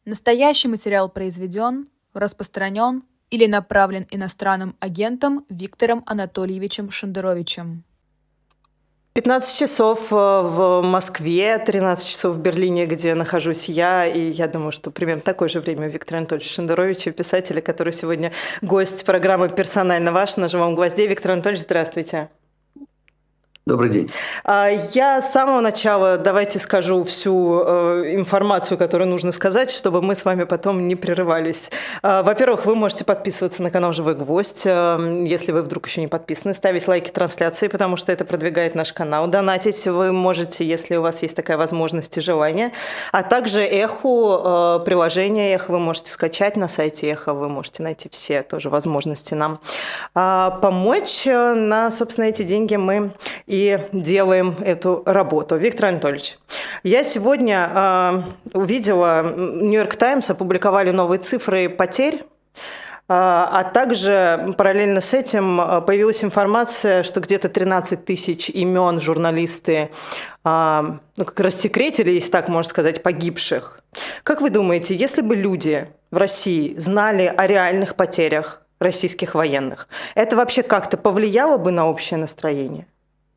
Настоящий материал произведен, распространен или направлен иностранным агентом Виктором Анатольевичем Шендеровичем. 15 часов в Москве, 13 часов в Берлине, где нахожусь я, и я думаю, что примерно такое же время у Виктора Анатольевича Шендеровича, писателя, который сегодня гость программы «Персонально ваш» на «Живом гвозде». Виктор Анатольевич, здравствуйте. Добрый день. Я с самого начала давайте скажу всю информацию, которую нужно сказать, чтобы мы с вами потом не прерывались. Во-первых, вы можете подписываться на канал «Живой гвоздь», если вы вдруг еще не подписаны, ставить лайки трансляции, потому что это продвигает наш канал. Донатить вы можете, если у вас есть такая возможность и желание. А также Эху, приложение Эхо вы можете скачать на сайте Эхо, вы можете найти все тоже возможности нам помочь. На, собственно, эти деньги мы и делаем эту работу. Виктор Анатольевич, я сегодня увидела, Нью-Йорк Таймс опубликовали новые цифры потерь, а также параллельно с этим появилась информация, что где-то 13 тысяч имен журналисты как рассекретили, если так можно сказать, погибших. Как вы думаете, если бы люди в России знали о реальных потерях российских военных, это вообще как-то повлияло бы на общее настроение?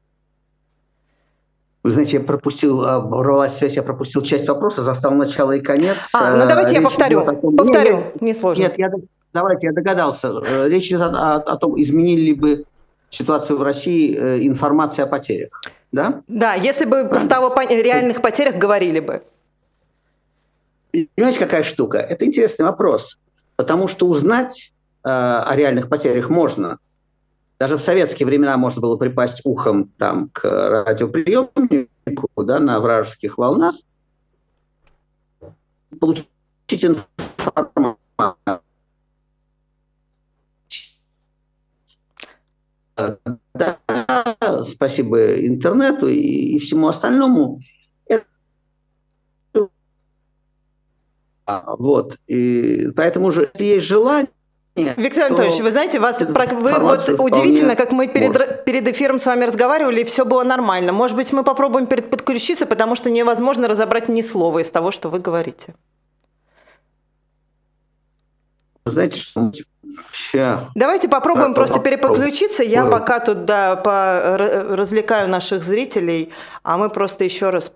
Вы знаете, я пропустил, оборвалась связь, я пропустил часть вопроса, застал начало и конец. Ну давайте я повторю, несложно. Нет, давайте, я догадался. Речь идет о том, изменили бы ситуацию в России информация о потерях, да? Да, если бы стало о реальных потерях, говорили бы. Понимаете, какая штука? Это интересный вопрос, потому что узнать о реальных потерях можно. Даже в советские времена можно было припасть ухом там, к радиоприемнику, да, на вражеских волнах, получить информацию. Да, спасибо интернету и всему остальному. Вот. И поэтому же есть желание. Виктор Анатольевич, вы знаете, вы вот удивительно, как мы перед эфиром с вами разговаривали, и все было нормально. Может быть, мы попробуем подключиться, потому что невозможно разобрать ни слова из того, что вы говорите. Знаете, что давайте попробуем просто переподключиться. Я пока тут развлекаю наших зрителей, а мы просто еще раз...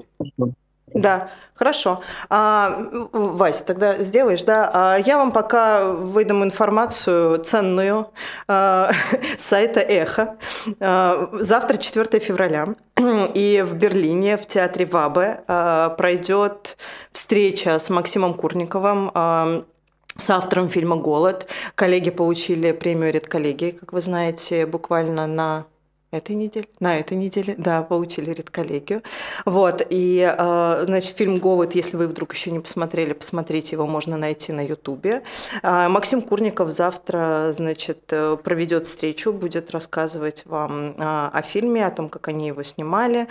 Да, хорошо. Вась, тогда сделаешь, да? Я вам пока выдам информацию ценную с сайта Эхо. Завтра, 4 февраля, и в Берлине, в театре Вабе, пройдет встреча с Максимом Курниковым, с автором фильма «Голод». Коллеги получили премию «Редколлегии», как вы знаете, буквально на этой неделе, да, получили редколлегию. Вот, и, значит, фильм «Голод», если вы вдруг еще не посмотрели, посмотрите, его можно найти на Ютубе. Максим Курников завтра, значит, проведет встречу, будет рассказывать вам о фильме, о том, как они его снимали,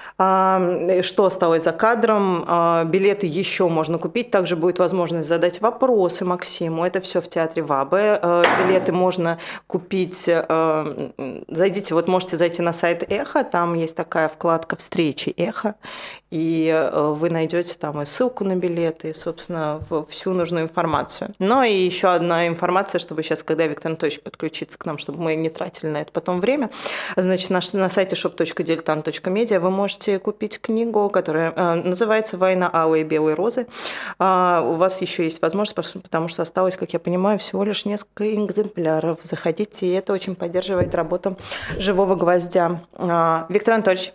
что осталось за кадром. Билеты еще можно купить, также будет возможность задать вопросы Максиму. Это все в театре Вабе. Билеты можно купить, зайдите, вот можете зайти на сайт Эхо, там есть такая вкладка «Встречи Эхо», и вы найдете там и ссылку на билеты, и, собственно, всю нужную информацию. Но и еще одна информация, чтобы сейчас, когда Виктор Анатольевич подключится к нам, чтобы мы не тратили на это потом время, значит, на сайте shop.diletant.media вы можете купить книгу, которая называется «Война алой и белой розы». У вас еще есть возможность, потому что осталось, как я понимаю, всего лишь несколько экземпляров. Заходите, и это очень поддерживает работу «Живого гвоздя». Виктор Анатольевич.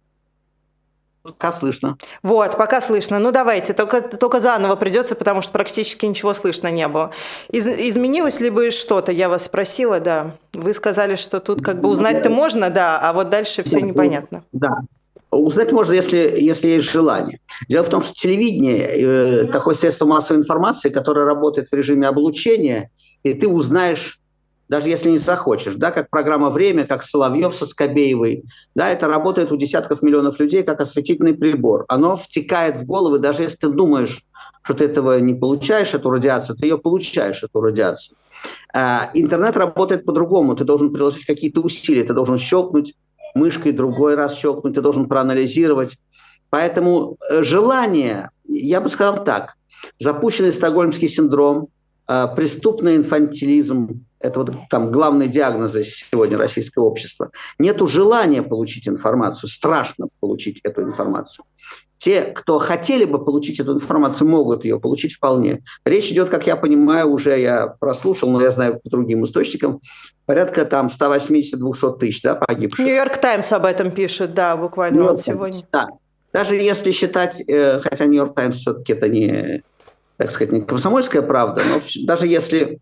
Пока слышно. Вот, пока слышно. Ну давайте, только заново придется, потому что практически ничего слышно не было. Изменилось ли бы что-то? Я вас спросила, да. Вы сказали, что тут как бы узнать-то можно, да, а вот дальше все непонятно. Да. Узнать можно, если есть желание. Дело в том, что телевидение такое средство массовой информации, которое работает в режиме облучения, и ты узнаешь, даже если не захочешь, да, как программа «Время», как Соловьев со Скобеевой, да, это работает у десятков миллионов людей как осветительный прибор. Оно втекает в головы, даже если ты думаешь, что ты этого не получаешь, эту радиацию, ты ее получаешь, эту радиацию. Интернет работает по-другому. Ты должен приложить какие-то усилия, ты должен щелкнуть мышкой, другой раз щелкнуть, ты должен проанализировать. Поэтому желание, я бы сказал так, запущенный стокгольмский синдром, преступный инфантилизм. Это вот там главные диагнозы сегодня российского общества. Нету желания получить информацию, страшно получить эту информацию. Те, кто хотели бы получить эту информацию, могут ее получить вполне. Речь идет, как я понимаю, уже я прослушал, но я знаю по другим источникам, порядка там 180-200 тысяч, да, погибших. Нью-Йорк Таймс об этом пишет, да, буквально вот сегодня. Да. Даже если считать, хотя Нью-Йорк Таймс все-таки это не, так сказать, не комсомольская правда, но даже если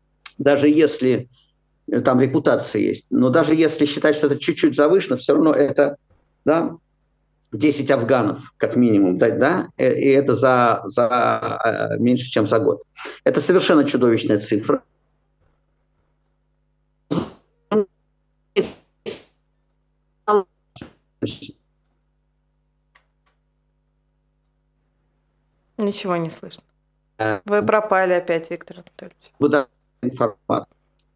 там репутация есть, но даже если считать, что это чуть-чуть завышено, все равно это, да, 10 афганов, как минимум, да, и это за меньше, чем за год. Это совершенно чудовищная цифра. Ничего не слышно. Вы пропали опять, Виктор Анатольевич. Куда информация?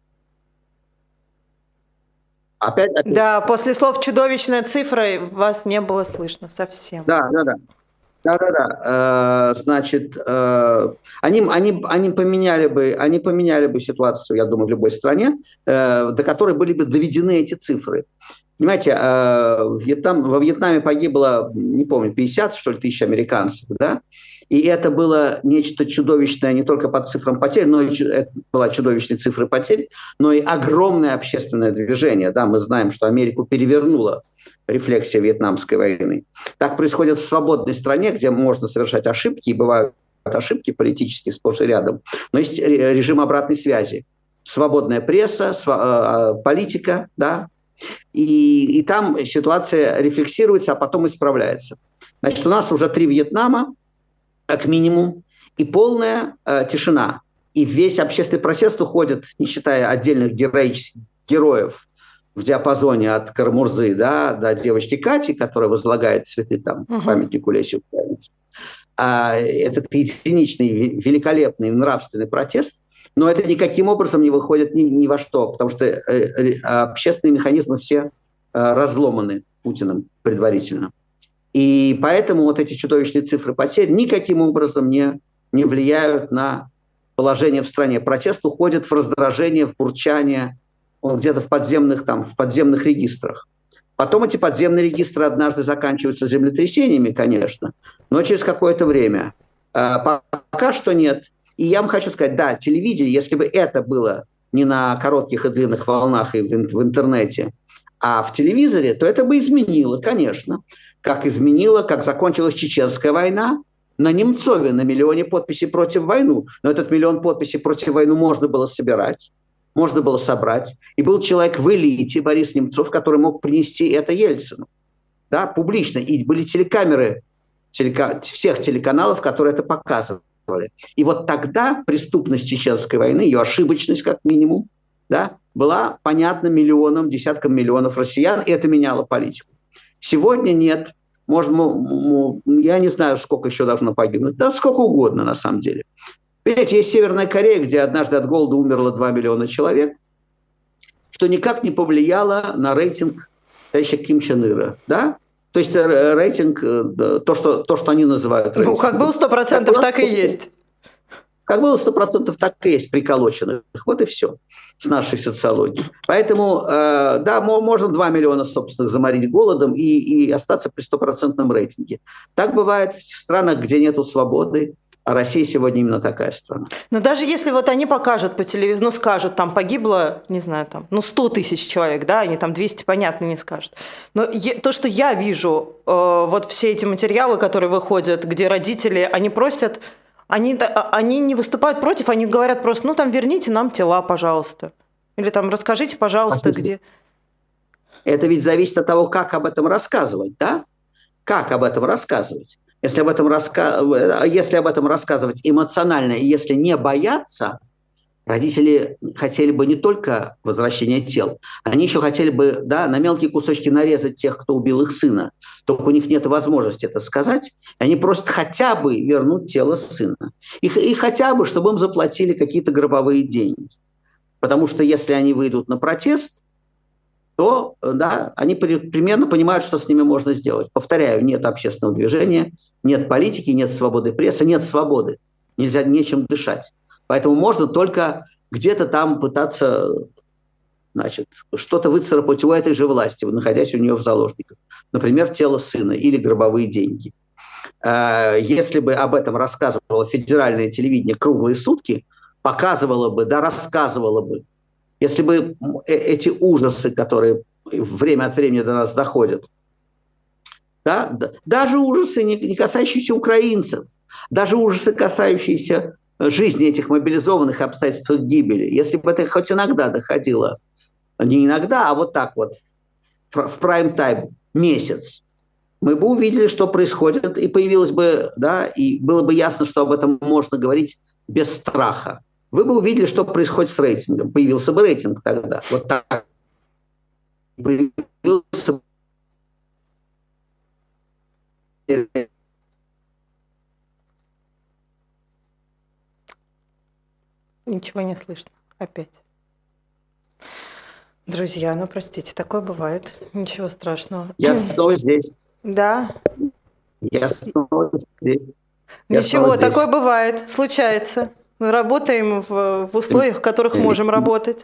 Опять? Да, после слов «чудовищная цифра» вас не было слышно совсем. Да. Значит, они поменяли бы ситуацию, я думаю, в любой стране, до которой были бы доведены эти цифры. Понимаете, во Вьетнаме погибло, не помню, 50, что ли, тысяч американцев, да? И это было нечто чудовищное не только по цифрам потерь, но и это была чудовищная цифра потерь, но и огромное общественное движение. Да, мы знаем, что Америку перевернула рефлексия Вьетнамской войны. Так происходит в свободной стране, где можно совершать ошибки, и бывают ошибки политические сплошь и рядом, но есть режим обратной связи. Свободная пресса, политика, да, и там ситуация рефлексируется, а потом исправляется. Значит, у нас уже 3 Вьетнама, как минимум, и полная тишина. И весь общественный протест уходит, не считая отдельных героических героев в диапазоне от Карамурзы, да, до девочки Кати, которая возлагает цветы там к памятнику Лесе Украинцу. Этот единичный, великолепный нравственный протест, но это никаким образом не выходит ни во что, потому что общественные механизмы все разломаны Путиным предварительно. И поэтому вот эти чудовищные цифры потерь никаким образом не влияют на положение в стране. Протест уходит в раздражение, в бурчание, он где-то в подземных регистрах. Потом эти подземные регистры однажды заканчиваются землетрясениями, конечно, но через какое-то время. Пока что нет. И я вам хочу сказать, да, телевидение, если бы это было не на коротких и длинных волнах и в интернете, а в телевизоре, то это бы изменило, конечно. Как закончилась Чеченская война на Немцове, на миллионе подписей против войны. Но этот миллион подписей против войны можно было собирать, можно было собрать. И был человек в элите, Борис Немцов, который мог принести это Ельцину, да, публично. И были телекамеры всех телеканалов, которые это показывали. И вот тогда преступность Чеченской войны, ее ошибочность как минимум, да, была понятна миллионам, десяткам миллионов россиян, и это меняло политику. Сегодня нет. Я не знаю, сколько еще должно погибнуть. Да сколько угодно, на самом деле. Понимаете, есть Северная Корея, где однажды от голода умерло 2 миллиона человек, что никак не повлияло на рейтинг товарища Ким Чен Ира. Да? То есть рейтинг, то, что они называют рейтингом. Ну, как был 100%, так и есть. Как было 100%, так и есть приколоченных. Вот и все с нашей социологией. Поэтому, да, можно 2 миллиона собственных заморить голодом и остаться при 100% рейтинге. Так бывает в странах, где нету свободы, а Россия сегодня именно такая страна. Но даже если вот они покажут по телевизору, скажут, там погибло, не знаю, там, 100 тысяч человек, да, они там 200, понятно, не скажут. Но то, что я вижу, вот все эти материалы, которые выходят, где родители, они просят... Они не выступают против, они говорят просто, ну там верните нам тела, пожалуйста. Или там расскажите, пожалуйста, где. Это ведь зависит от того, как об этом рассказывать, да? Как об этом рассказывать? Если об этом рассказывать эмоционально, и если не бояться, родители хотели бы не только возвращения тел, они еще хотели бы, да, на мелкие кусочки нарезать тех, кто убил их сына. Только у них нет возможности это сказать. Они просят хотя бы вернуть тело сына. И хотя бы, чтобы им заплатили какие-то гробовые деньги. Потому что если они выйдут на протест, то да, они примерно понимают, что с ними можно сделать. Повторяю, нет общественного движения, нет политики, нет свободы прессы, нет свободы. нельзя нечем дышать. Поэтому можно только где-то там пытаться, значит, что-то выцарапать у этой же власти, находясь у нее в заложниках. Например, тело сына или гробовые деньги. Если бы об этом рассказывало федеральное телевидение круглые сутки, показывало бы, да, рассказывало бы, если бы эти ужасы, которые время от времени до нас доходят, да, даже ужасы, не касающиеся украинцев, даже ужасы, касающиеся жизни этих мобилизованных, обстоятельств их гибели, если бы это хоть иногда доходило, не иногда, а вот так вот, в прайм-тайм месяц, мы бы увидели, что происходит, и появилось бы, да, и было бы ясно, что об этом можно говорить без страха. Вы бы увидели, что происходит с рейтингом. Появился бы рейтинг тогда. Вот так. Появился... Ничего не слышно. Опять. Друзья, ну простите, такое бывает. Ничего страшного. Я снова здесь. Да. Я снова здесь. Ничего, такое бывает, случается. Мы работаем в условиях, в которых можем работать.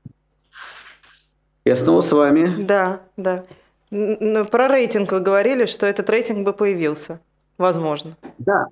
Я снова с вами. Да, да. Про рейтинг вы говорили, что этот рейтинг бы появился. Возможно. Да.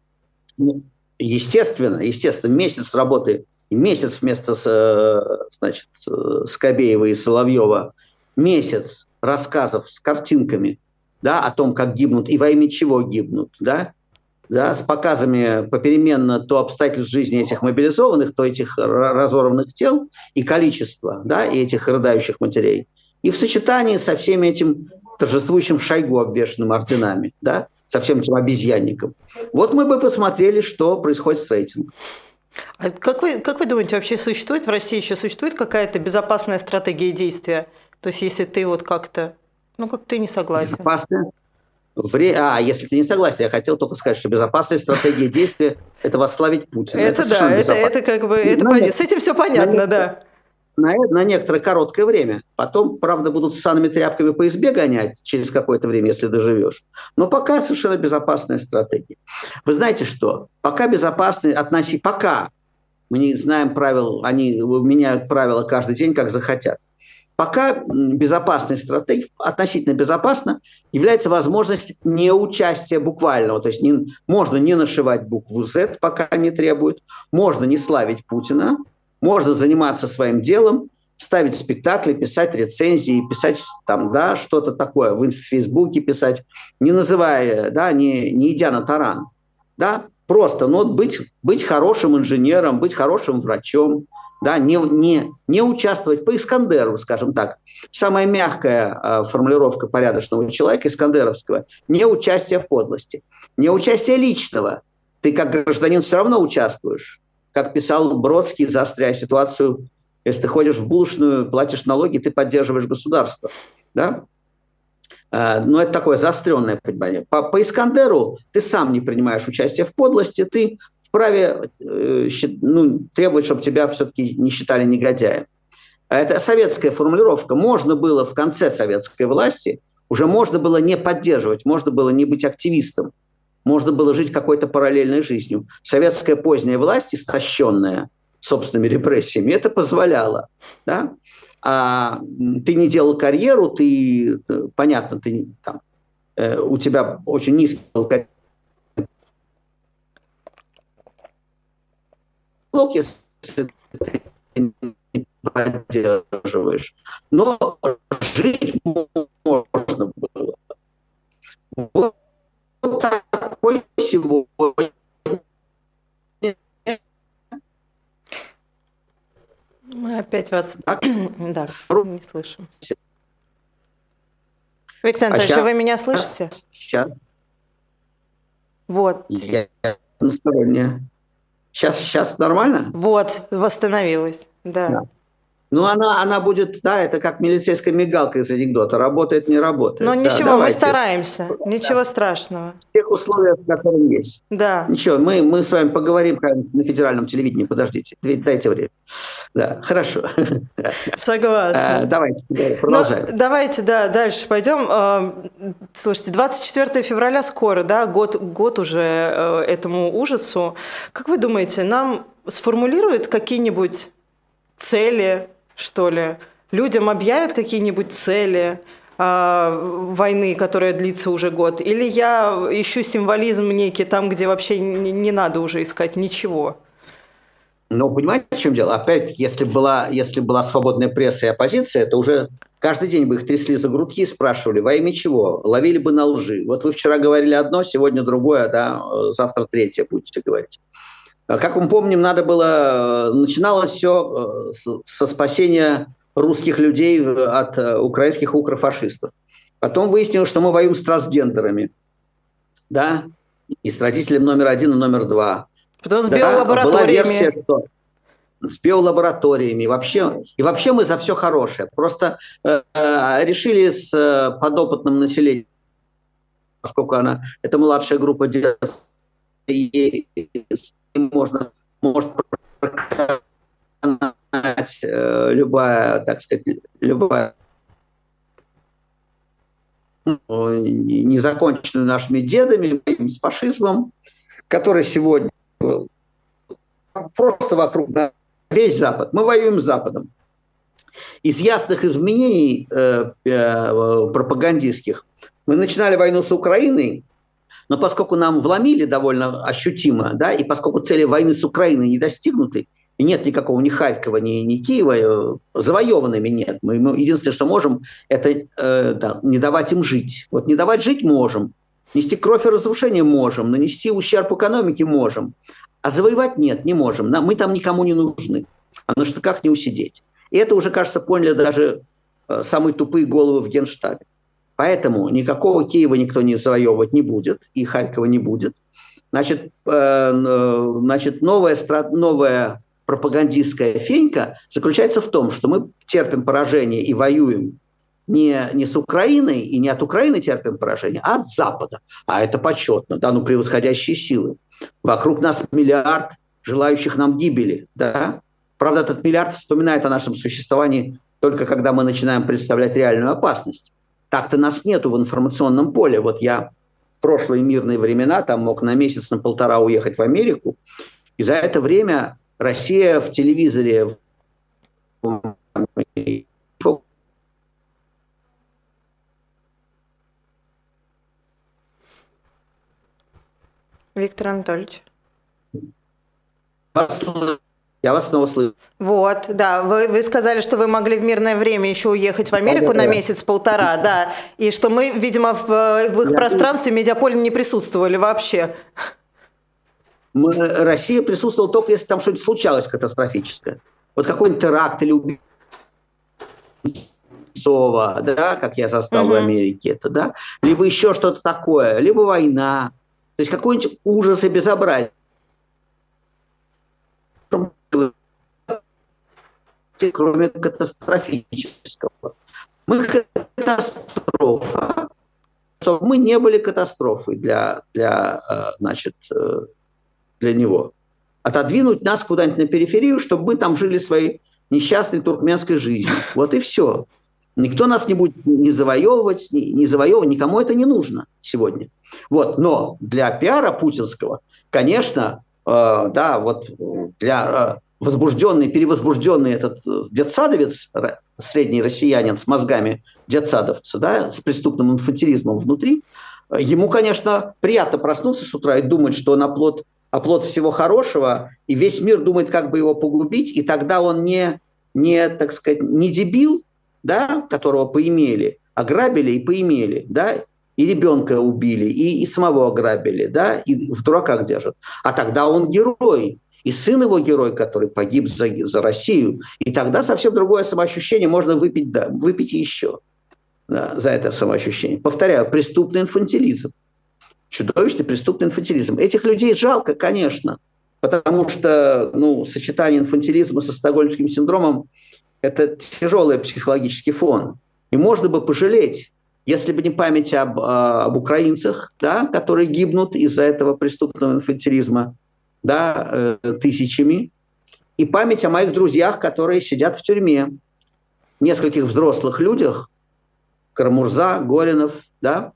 Естественно, месяц работы, месяц вместо, значит, Скобеева и Соловьева, месяц рассказов с картинками, да, о том, как гибнут и во имя чего гибнут, да, с показами попеременно то обстоятельств жизни этих мобилизованных, то этих разорванных тел и количества, да, и этих рыдающих матерей. И в сочетании со всеми этим торжествующим Шойгу, обвешанным орденами, да, со всем этим обезьянником. Вот мы бы посмотрели, что происходит с рейтингом. А как вы думаете, вообще существует в России еще существует какая-то безопасная стратегия действия? То есть если ты вот как-то, как ты не согласен. Безопасная? Если ты не согласен, я хотел только сказать, что безопасная стратегия действия – это восславить Путина. Это да, это как бы, с этим все понятно, да. На некоторое короткое время. Потом, правда, будут с санными тряпками по избе гонять через какое-то время, если доживешь. Но пока совершенно безопасная стратегия. Вы знаете что? Пока пока мы не знаем правил, они меняют правила каждый день, как захотят. Пока безопасной стратегией, относительно безопасно, является возможность неучастия буквального. То есть можно не нашивать букву Z, пока не требует, можно не славить Путина, можно заниматься своим делом, ставить спектакли, писать рецензии, писать там, да, что-то такое в Фейсбуке писать, не называя, да, не идя на таран. Да, просто быть хорошим инженером, быть хорошим врачом, да, не участвовать по Искандеру, скажем так. Самая мягкая формулировка порядочного человека, искандеровского, не участие в подлости, не участие личного. Ты как гражданин все равно участвуешь. Как писал Бродский, заостряя ситуацию, если ты ходишь в булочную, платишь налоги, ты поддерживаешь государство. Да? Но это такое заостренное понимание. По Искандеру ты сам не принимаешь участие в подлости, ты вправе требовать, чтобы тебя все-таки не считали негодяем. Это советская формулировка. Можно было в конце советской власти, уже можно было не поддерживать, можно было не быть активистом, можно было жить какой-то параллельной жизнью. Советская поздняя власть, истощенная собственными репрессиями, это позволяло. Да? А ты не делал карьеру, понятно, у тебя очень низкий карьер, если ты не поддерживаешь. Но жить можно было. Вот такой сегодня. Мы опять вас не слышим. Виктор Анатольевич, вы меня слышите? Сейчас. Вот. Я насторонняя. Сейчас нормально? Вот, восстановилось, да. Ну, она будет, да, это как милицейская мигалка из анекдота. Работает, не работает. Но Да, ничего, мы давайте. стараемся. Ничего страшного. В тех условиях, которые есть. Да. Ничего, мы с вами поговорим на федеральном телевидении. Подождите, дайте время. Да, хорошо. Согласна. Давайте, продолжаем. Ну, давайте, да, дальше пойдем. Слушайте, 24 февраля скоро, да, год уже этому ужасу. Как вы думаете, нам сформулируют какие-нибудь цели, что ли? Людям объявят какие-нибудь цели войны, которая длится уже год? Или я ищу символизм некий там, где вообще не надо уже искать ничего? Ну, понимаете, в чем дело? Опять, если была свободная пресса и оппозиция, то уже каждый день бы их трясли за грудки и спрашивали, во имя чего? Ловили бы на лжи. Вот вы вчера говорили одно, сегодня другое, да, завтра третье будете говорить. Как мы помним, начиналось все со спасения русских людей от украинских укрофашистов. Потом выяснилось, что мы воюем с трансгендерами, да, и с родителем номер 1 и номер 2. Потом с биолабораториями. Была версия, что с биолабораториями. И вообще мы за все хорошее. Просто решили с подопытным населением, поскольку это младшая группа детей, может проканать любая, так сказать, незаконченную нашими дедами, с фашизмом, который сегодня просто вокруг нас, весь Запад. Мы воюем с Западом. Из ясных изменений пропагандистских мы начинали войну с Украиной, но поскольку нам вломили довольно ощутимо, да, и поскольку цели войны с Украиной не достигнуты, и нет никакого ни Харькова, ни Киева, завоеванными нет. Мы единственное, что можем, это не давать им жить. Вот не давать жить можем, нести кровь и разрушение можем, нанести ущерб экономике можем, а завоевать нет, не можем. Мы там никому не нужны, а на штыках не усидеть. И это уже, кажется, поняли даже самые тупые головы в Генштабе. Поэтому никакого Киева никто не завоевывать не будет, и Харькова не будет. Значит, новая пропагандистская фенька заключается в том, что мы терпим поражение и воюем не с Украиной, и не от Украины терпим поражение, а от Запада. А это почетно, да, превосходящие силы. Вокруг нас миллиард желающих нам гибели, да. Правда, этот миллиард вспоминает о нашем существовании только когда мы начинаем представлять реальную опасность. Так-то нас нету в информационном поле. Вот я в прошлые мирные времена там мог на месяц, на полтора уехать в Америку, и за это время Россия в телевизоре Виктор Анатольевич. Я вас снова слышу. Вот, да, вы сказали, что вы могли в мирное время еще уехать в Америку на месяц-полтора, да, и что мы, видимо, в их пространстве медиаполе не присутствовали вообще. Россия присутствовала только, если там что-нибудь случалось катастрофическое. Вот какой-нибудь теракт или убийство, да, как я застал в Америке, это, да, либо еще что-то такое, либо война, то есть какой-нибудь ужас и безобразие. Кроме катастрофического. Мы катастрофа, что мы не были катастрофой для него. Отодвинуть нас куда-нибудь на периферию, чтобы мы там жили своей несчастной туркменской жизнью. Вот и все. Никто нас не будет не завоевывать, никому это не нужно сегодня. Вот. Но для пиара путинского, конечно, да, вот для перевозбужденный этот детсадовец, средний россиянин с мозгами детсадовца, да, с преступным инфантилизмом внутри, ему, конечно, приятно проснуться с утра и думать, что он оплот всего хорошего, и весь мир думает, как бы его погубить, и тогда он не так сказать, не дебил, да, которого поимели, ограбили и поимели, да, и ребенка убили, и самого ограбили, да, и в дураках держат. А тогда он герой, и сын его герой, который погиб за Россию. И тогда совсем другое самоощущение, можно выпить, да, выпить еще, да, за это самоощущение. Повторяю, преступный инфантилизм. Чудовищный преступный инфантилизм. Этих людей жалко, конечно, потому что сочетание инфантилизма со стокгольмским синдромом Это тяжелый психологический фон. И можно бы пожалеть, если бы не память об украинцах, да, которые гибнут из-за этого преступного инфантилизма, да, тысячами, и память о моих друзьях, которые сидят в тюрьме, нескольких взрослых людях, Карамурза, Горинов, да,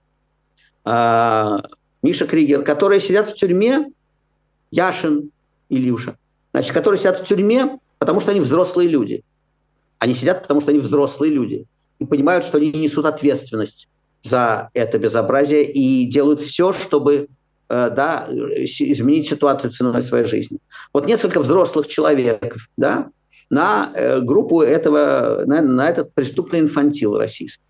Миша Кригер, которые сидят в тюрьме, Яшин, Илюша, значит, которые сидят в тюрьме, потому что они взрослые люди. Они сидят, потому что они взрослые люди и понимают, что они несут ответственность за это безобразие и делают все, чтобы изменить ситуацию ценой своей жизни. Вот несколько взрослых человек, да, на группу этого, на этот преступный инфантил российский.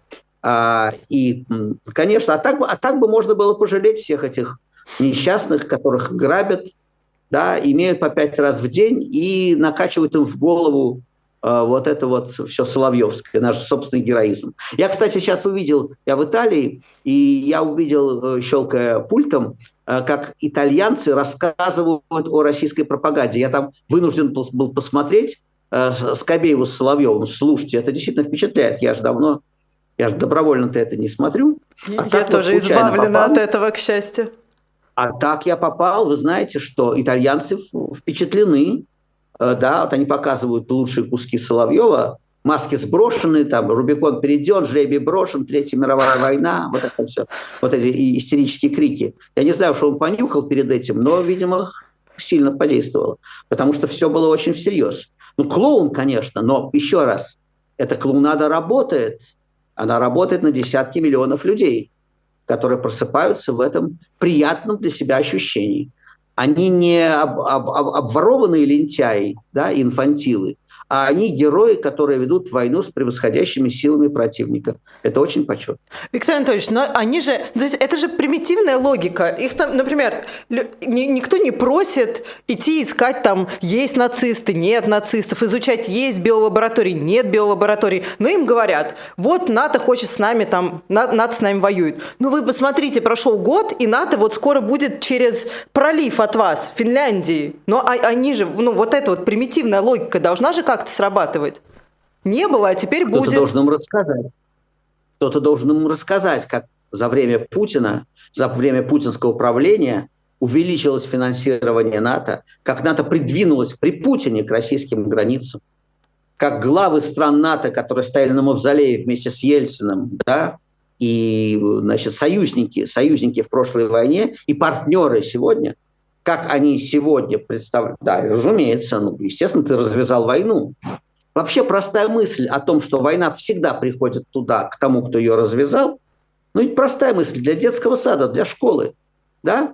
И, конечно, а так бы можно было пожалеть всех этих несчастных, которых грабят, да, имеют по 5 раз в день и накачивают им в голову вот это вот все соловьевское, наш собственный героизм. Я, кстати, сейчас увидел, я в Италии, и я увидел, щелкая пультом, как итальянцы рассказывают о российской пропаганде. Я там вынужден был посмотреть Скобееву с Соловьевым. Слушайте, это действительно впечатляет. Я же добровольно-то это не смотрю. Я тоже избавлена от этого, к счастью. А так я попал, вы знаете, что итальянцы впечатлены. Да, вот они показывают лучшие куски Соловьева, маски сброшены, там, Рубикон перейден, жребий брошен, Третья мировая война, вот это все, вот эти истерические крики. Я не знаю, что он понюхал перед этим, но, видимо, сильно подействовало, потому что все было очень всерьез. Ну, клоун, конечно, но еще раз, эта клоунада работает, она работает на десятки миллионов людей, которые просыпаются в этом приятном для себя ощущении. Они не обворованные лентяи, да, инфантилы, а они герои, которые ведут войну с превосходящими силами противника. Это очень почетно. Виктор Анатольевич, но они же, то есть это же примитивная логика. Их там, например, никто не просит идти искать там, есть нацисты, нет нацистов, изучать, есть биолаборатории, нет биолабораторий. Но им говорят, вот НАТО хочет с нами там, НАТО с нами воюет. Ну вы посмотрите, прошел год, и НАТО вот скоро будет через пролив от вас, в Финляндии. Но они же, ну вот эта вот примитивная логика должна же как-то срабатывать. Не было, а теперь будет. Кто-то должен им рассказать. Кто-то должен им рассказать, как за время Путина, за время путинского правления увеличилось финансирование НАТО, как НАТО придвинулось при Путине к российским границам, как главы стран НАТО, которые стояли на мавзолее вместе с Ельциным, да, и, значит, союзники в прошлой войне и партнеры сегодня, как они сегодня представляют. Да, разумеется, ну, естественно, ты развязал войну. Вообще простая мысль о том, что война всегда приходит туда, к тому, кто ее развязал, ну ведь простая мысль для детского сада, для школы, да?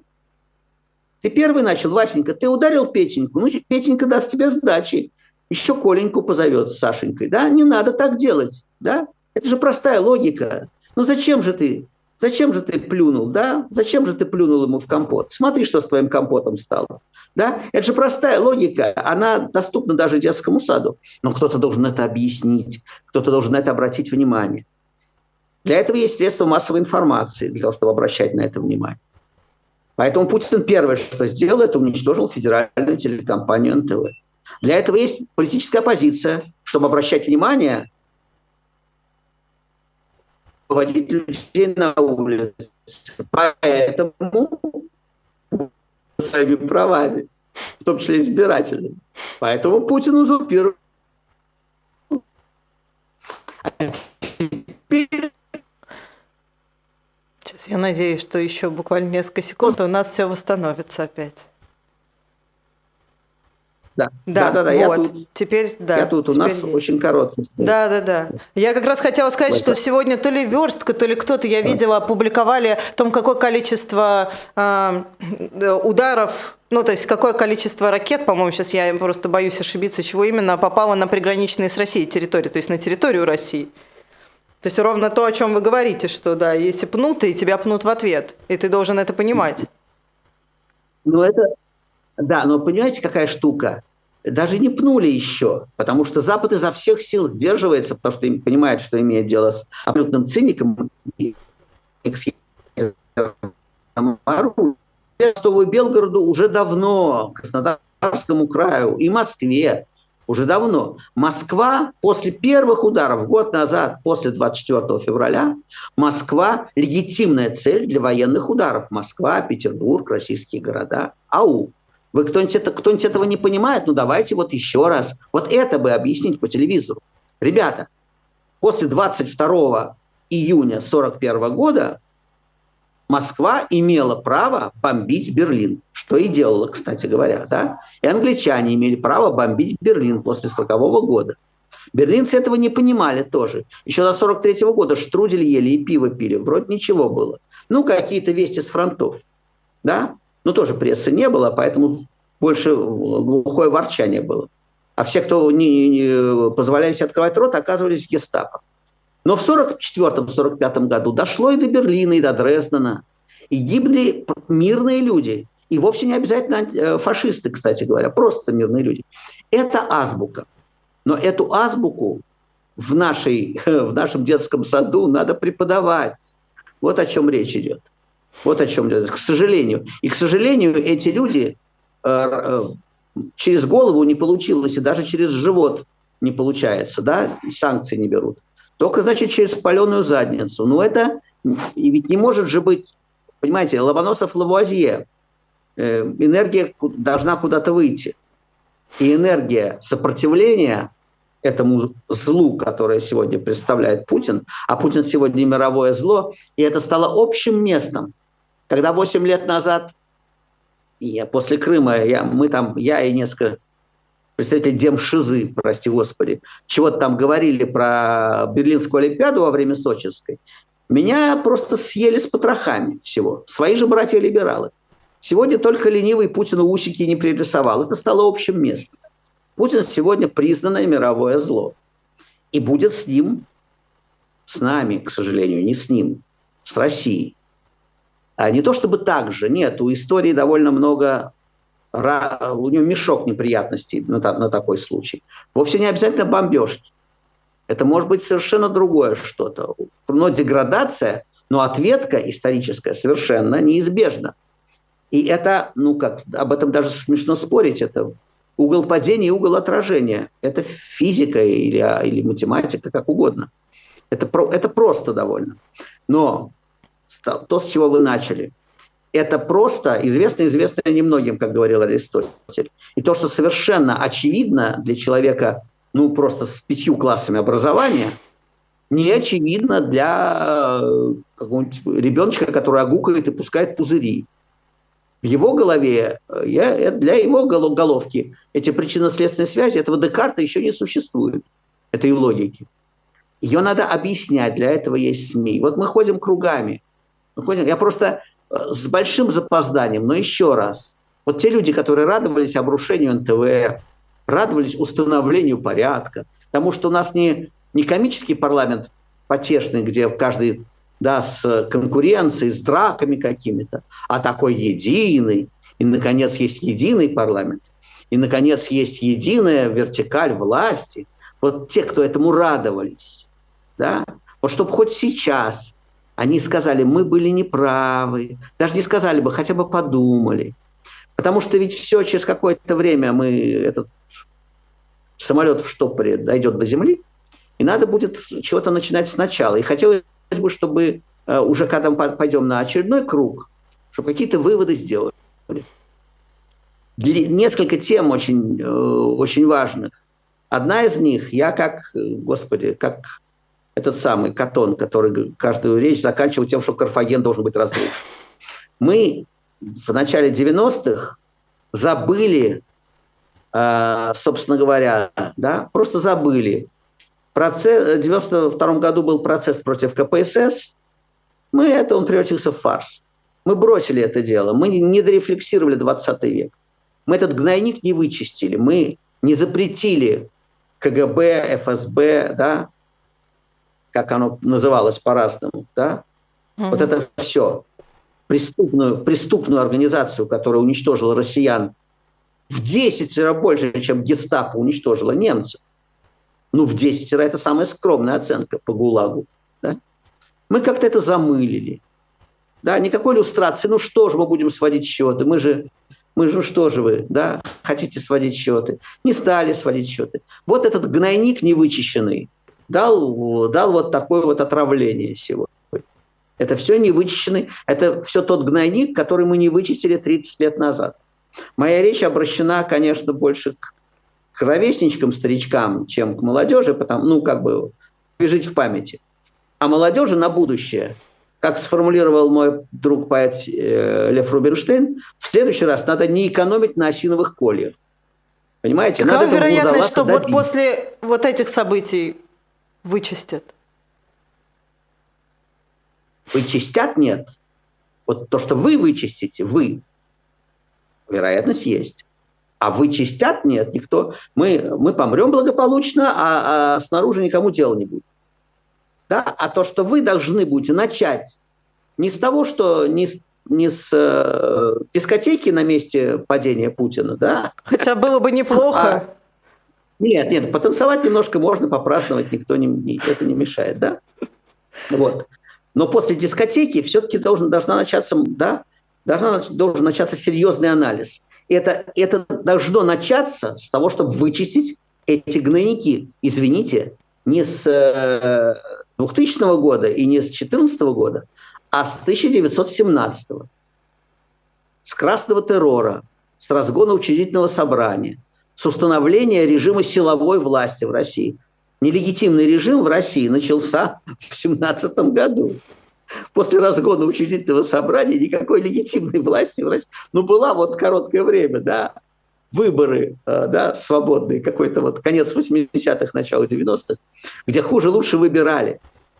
Ты первый начал, Васенька, ты ударил Петеньку, ну Петенька даст тебе сдачи, еще Коленьку позовет с Сашенькой, да? Не надо так делать, да? Это же простая логика. Ну зачем же ты плюнул, да? Зачем же ты плюнул ему в компот? Смотри, что с твоим компотом стало. Да? Это же простая логика, она доступна даже детскому саду. Но кто-то должен это объяснить, кто-то должен на это обратить внимание. Для этого есть средства массовой информации, для того, чтобы обращать на это внимание. Поэтому Путин первое, что сделал, это уничтожил федеральную телекомпанию НТВ. Для этого есть политическая оппозиция, чтобы обращать внимание, выводить людей на улицу. Поэтому своими правами, в том числе избирательными. Поэтому Путин узурпирует. Сейчас я надеюсь, что еще буквально несколько секунд, и у нас все восстановится опять. Да. Вот. Я тут. Теперь, да. Я тут. У нас есть. Очень короткий. Да. Я как раз хотела сказать, что сегодня то ли Верстка, то ли кто-то, я видела, опубликовали о том, какое количество ударов, ну, то есть какое количество ракет, по-моему, сейчас я просто боюсь ошибиться, чего именно попало на приграничные с Россией территории, то есть на территорию России. То есть ровно то, о чем вы говорите, что, да, если пнут, и тебя пнут в ответ, и ты должен это понимать. Ну, это... Да, но понимаете, какая штука? Даже не пнули еще, потому что Запад изо всех сил сдерживается, потому что понимает, что имеет дело с абсолютным циником и Белгороду уже давно, Краснодарскому краю и Москве Уже давно. Москва после первых ударов, год назад, после 24 февраля, Москва – легитимная цель для военных ударов. Москва, Петербург, российские города. Ау! Вы кто-нибудь этого не понимает? Ну давайте вот еще раз. Вот это бы объяснить по телевизору. Ребята, после 22 июня 1941 года Москва имела право бомбить Берлин, что и делала, кстати говоря. Да? И англичане имели право бомбить Берлин после 1940 года. Берлинцы этого не понимали тоже. Еще до 1943 года штрудель ели и пиво пили. Вроде ничего было. Ну, какие-то вести с фронтов. Да? Но тоже прессы не было, поэтому больше глухое ворчание было. А все, кто не позволяли себе открывать рот, оказывались в гестапо. Но в 1944-1945 году дошло и до Берлина, и до Дрездена. И гибли мирные люди. И вовсе не обязательно фашисты, кстати говоря, просто мирные люди. Это азбука. Но эту азбуку в нашем детском саду надо преподавать. Вот о чем речь идет. Вот о чем идет. К сожалению. И, к сожалению, эти люди через голову не получилось, и даже через живот не получается. Да? Санкции не берут. Только, значит, через паленую задницу. Но это ведь не может же быть, понимаете, Ломоносов-Лавуазье. Энергия должна куда-то выйти. И энергия сопротивления этому злу, которое сегодня представляет Путин, а Путин сегодня мировое зло, и это стало общим местом. Когда 8 лет назад, после Крыма, я и несколько представители Демшизы, прости господи, чего-то там говорили про Берлинскую Олимпиаду во время Сочинской, меня просто съели с потрохами всего. Свои же братья-либералы. Сегодня только ленивый Путину усики не пририсовал. Это стало общим местом. Путин сегодня признанное мировое зло. И будет с ним, с нами, к сожалению, не с ним, с Россией. А не то чтобы так же, нет, у истории довольно много, у него мешок неприятностей на такой случай. Вовсе не обязательно бомбежки. Это может быть совершенно другое что-то. Но деградация, но ответка историческая совершенно неизбежна. И это, об этом даже смешно спорить, это угол падения и угол отражения. Это физика или математика, как угодно. Это просто довольно. Но то, с чего вы начали, это просто известно немногим, как говорил Аристотель. И то, что совершенно очевидно для человека, просто с 5 классами образования, не очевидно для какого-нибудь ребеночка, который огукает и пускает пузыри. В его голове, для его головки эти причинно-следственные связи, этого Декарта еще не существует, этой логики. Ее надо объяснять, для этого есть СМИ. Вот мы ходим кругами. Я просто с большим запозданием, но еще раз. Вот те люди, которые радовались обрушению НТВ, радовались установлению порядка, потому что у нас не комический парламент потешный, где каждый с конкуренцией, с драками какими-то, а такой единый. И, наконец, есть единый парламент. И, наконец, есть единая вертикаль власти. Вот те, кто этому радовались, вот чтобы хоть сейчас они сказали, мы были неправы, даже не сказали бы, хотя бы подумали. Потому что ведь все через какое-то время этот самолет в штопоре дойдет до земли, и надо будет чего-то начинать сначала. И хотелось бы, чтобы уже когда мы пойдем на очередной круг, чтобы какие-то выводы сделали. Несколько тем очень, очень важных. Одна из них, я как этот самый Катон, который каждую речь заканчивал тем, что Карфаген должен быть разрушен. Мы в начале 90-х забыли, собственно говоря, просто забыли. В 1992 году был процесс против КПСС. Он превратился в фарс. Мы бросили это дело. Мы не дорефлексировали 20 век. Мы этот гнойник не вычистили. Мы не запретили КГБ, ФСБ, как оно называлось по-разному, Вот это все. Преступную организацию, которая уничтожила россиян в 10 раз больше, чем гестапо уничтожила немцев. В 10 раз это самая скромная оценка по ГУЛАГу. Мы как-то это замылили. Никакой иллюстрации. Что же мы будем сводить счеты? Мы же, что же вы, хотите сводить счеты, не стали сводить счеты. Вот этот гнойник невычищенный дал вот такое вот отравление сегодня. Это все невычищенный, это все тот гнойник, который мы не вычистили 30 лет назад. Моя речь обращена, конечно, больше к ровесничкам, старичкам, чем к молодежи, потому, жить в памяти. А молодежи на будущее, как сформулировал мой друг поэт Лев Рубинштейн, в следующий раз надо не экономить на осиновых кольях. Понимаете? Какая вероятность, что вот после вот этих событий вычистят? Вычистят нет. Вот то, что вы вычистите, вероятность есть. А вычистят нет, никто. Мы помрем благополучно, а снаружи никому дела не будет. Да? А то, что вы должны будете начать не с того, что не с дискотеки на месте падения Путина, да? Хотя было бы неплохо. Нет, потанцевать немножко можно, попраздновать никто это не мешает, да? Вот. Но после дискотеки все-таки должен начаться серьезный анализ. Это должно начаться с того, чтобы вычистить эти гнойники. Извините, не с 2000 года и не с 2014 года, а с 1917. С красного террора, с разгона учредительного собрания, с установления режима силовой власти в России. Нелегитимный режим в России начался в 1917 году. После разгона учредительного собрания никакой легитимной власти в России. Была вот короткое время, да, выборы, да, свободные, какой-то вот конец 80-х, начало 90-х, где хуже-лучше выбирали.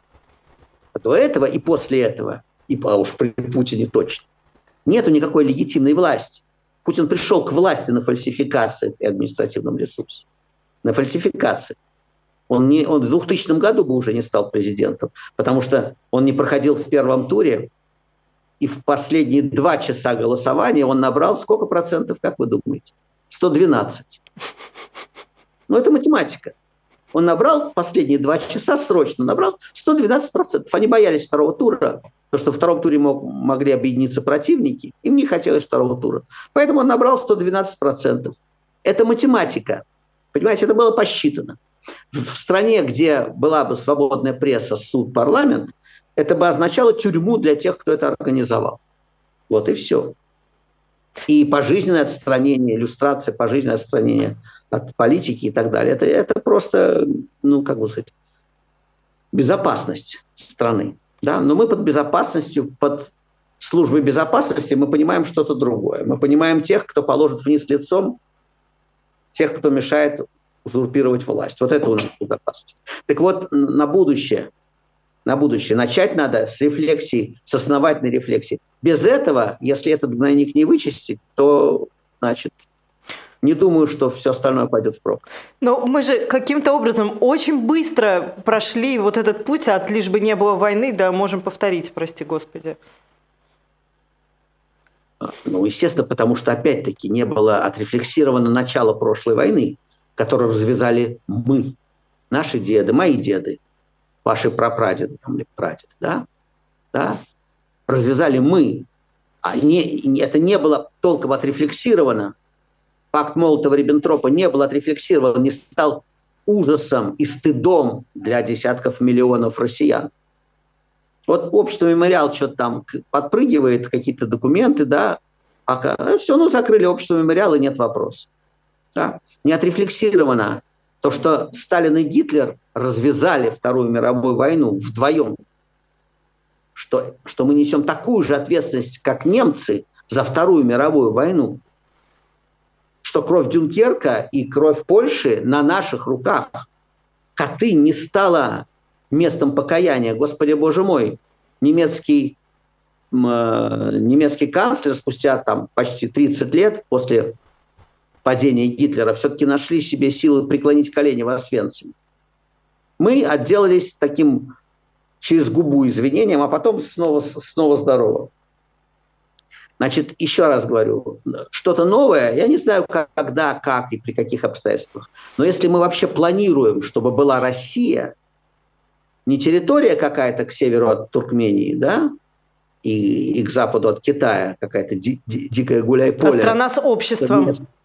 А до этого и после этого, а уж при Путине точно, нету никакой легитимной власти. Путин пришел к власти на фальсификации и административном ресурсе. На фальсификации. Он в 2000 году бы уже не стал президентом, потому что он не проходил в первом туре, и в последние 2 часа голосования он набрал сколько процентов, как вы думаете? 112. Это математика. Он набрал в последние 2 часа срочно, набрал 112%. Они боялись второго тура, потому что в втором туре могли объединиться противники, им не хотелось второго тура. Поэтому он набрал 112%. Это математика. Понимаете, это было посчитано. В стране, где была бы свободная пресса, суд, парламент, это бы означало тюрьму для тех, кто это организовал. Вот и все. И пожизненное отстранение, иллюстрация, пожизненное отстранение от политики и так далее. Это просто, безопасность страны. Да? Но мы под безопасностью, под службой безопасности мы понимаем что-то другое. Мы понимаем тех, кто положит вниз лицом, тех, кто мешает узурпировать власть. Вот это у нас безопасность. Так вот, на будущее начать надо с рефлексии, с основательной рефлексии. Без этого, если этот гнойник не вычистить, то, не думаю, что все остальное пойдет впрок. Но мы же каким-то образом очень быстро прошли вот этот путь от «лишь бы не было войны», да, можем повторить, прости господи. Естественно, потому что, опять-таки, не было отрефлексировано начало прошлой войны, которую развязали мы, наши деды, мои деды, ваши прапрадеды или прадеды, да? Развязали мы. Это не было толком отрефлексировано. Пакт Молотова-Риббентропа не был отрефлексирован, не стал ужасом и стыдом для десятков миллионов россиян. Вот общество «Мемориал» что-то там подпрыгивает, какие-то документы, да, все, закрыли общество «Мемориал» и нет вопроса. Да? Не отрефлексировано то, что Сталин и Гитлер развязали Вторую мировую войну вдвоем, что мы несем такую же ответственность, как немцы, за Вторую мировую войну, что кровь Дюнкерка и кровь Польши на наших руках. Катынь не стала местом покаяния. Господи, боже мой, немецкий канцлер спустя почти 30 лет после падения Гитлера все-таки нашли себе силы преклонить колени в Освенциме. Мы отделались таким через губу извинением, а потом снова здорово. Значит, еще раз говорю, что-то новое, я не знаю, когда, как и при каких обстоятельствах, но если мы вообще планируем, чтобы была Россия, не территория какая-то к северу от Туркмении, да, и к западу от Китая, какая-то дикая гуляй-поле. А страна с обществом.